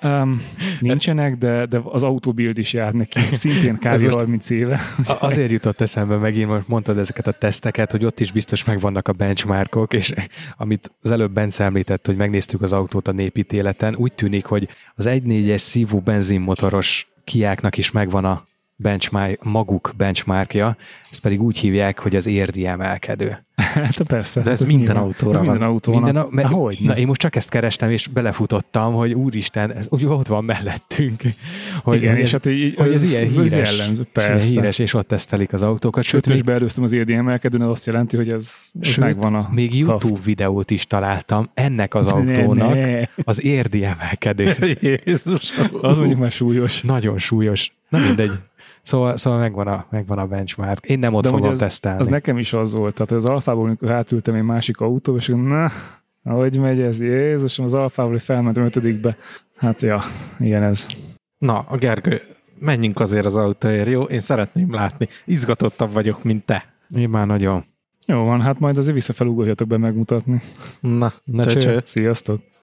Nincsenek, de az Autobild is jár neki, szintén kb. 30 éve. Azért jutott eszembe megint, most mondtad ezeket a teszteket, hogy ott is biztos megvannak a benchmarkok, és amit az előbb Bence említett, hogy megnéztük az autót a népítéleten, úgy tűnik, hogy az 1.4-es szívú benzinmotoros Kiáknak is megvan a maguk benchmarkja, ezt pedig úgy hívják, hogy az érdi emelkedő. Hát persze. De ez minden autóra van. Minden autónak. Én most csak ezt kerestem, és belefutottam, hogy úristen, ez úgy ott van mellettünk. Hogy, igen, és hát hogy ez ilyen híres, jellemző, persze. Híres, és ott tesztelik az autókat. Sőt, még beelőztem az érdi emelkedőn, az azt jelenti, hogy ez megvan a még YouTube videót is találtam ennek az autónak, az érdi emelkedő. Jézus, az mondjuk már súlyos. Nagyon súlyos. Na mindegy. Szóval megvan a benchmark. Én nem ott fogom tesztelni. Az nekem is az volt. Tehát az Alfából, amikor átültem egy másik autóba, és ahogy megy ez, Jézusom, az Alfából felmentem 5-be. Hát ja, ilyen ez. Na, a Gergő, menjünk azért az autóért, jó? Én szeretném látni. Izgatottabb vagyok, mint te. Én már nagyon. Jó van, hát majd azért visszafelugorjatok be megmutatni. Na cső. Sziasztok!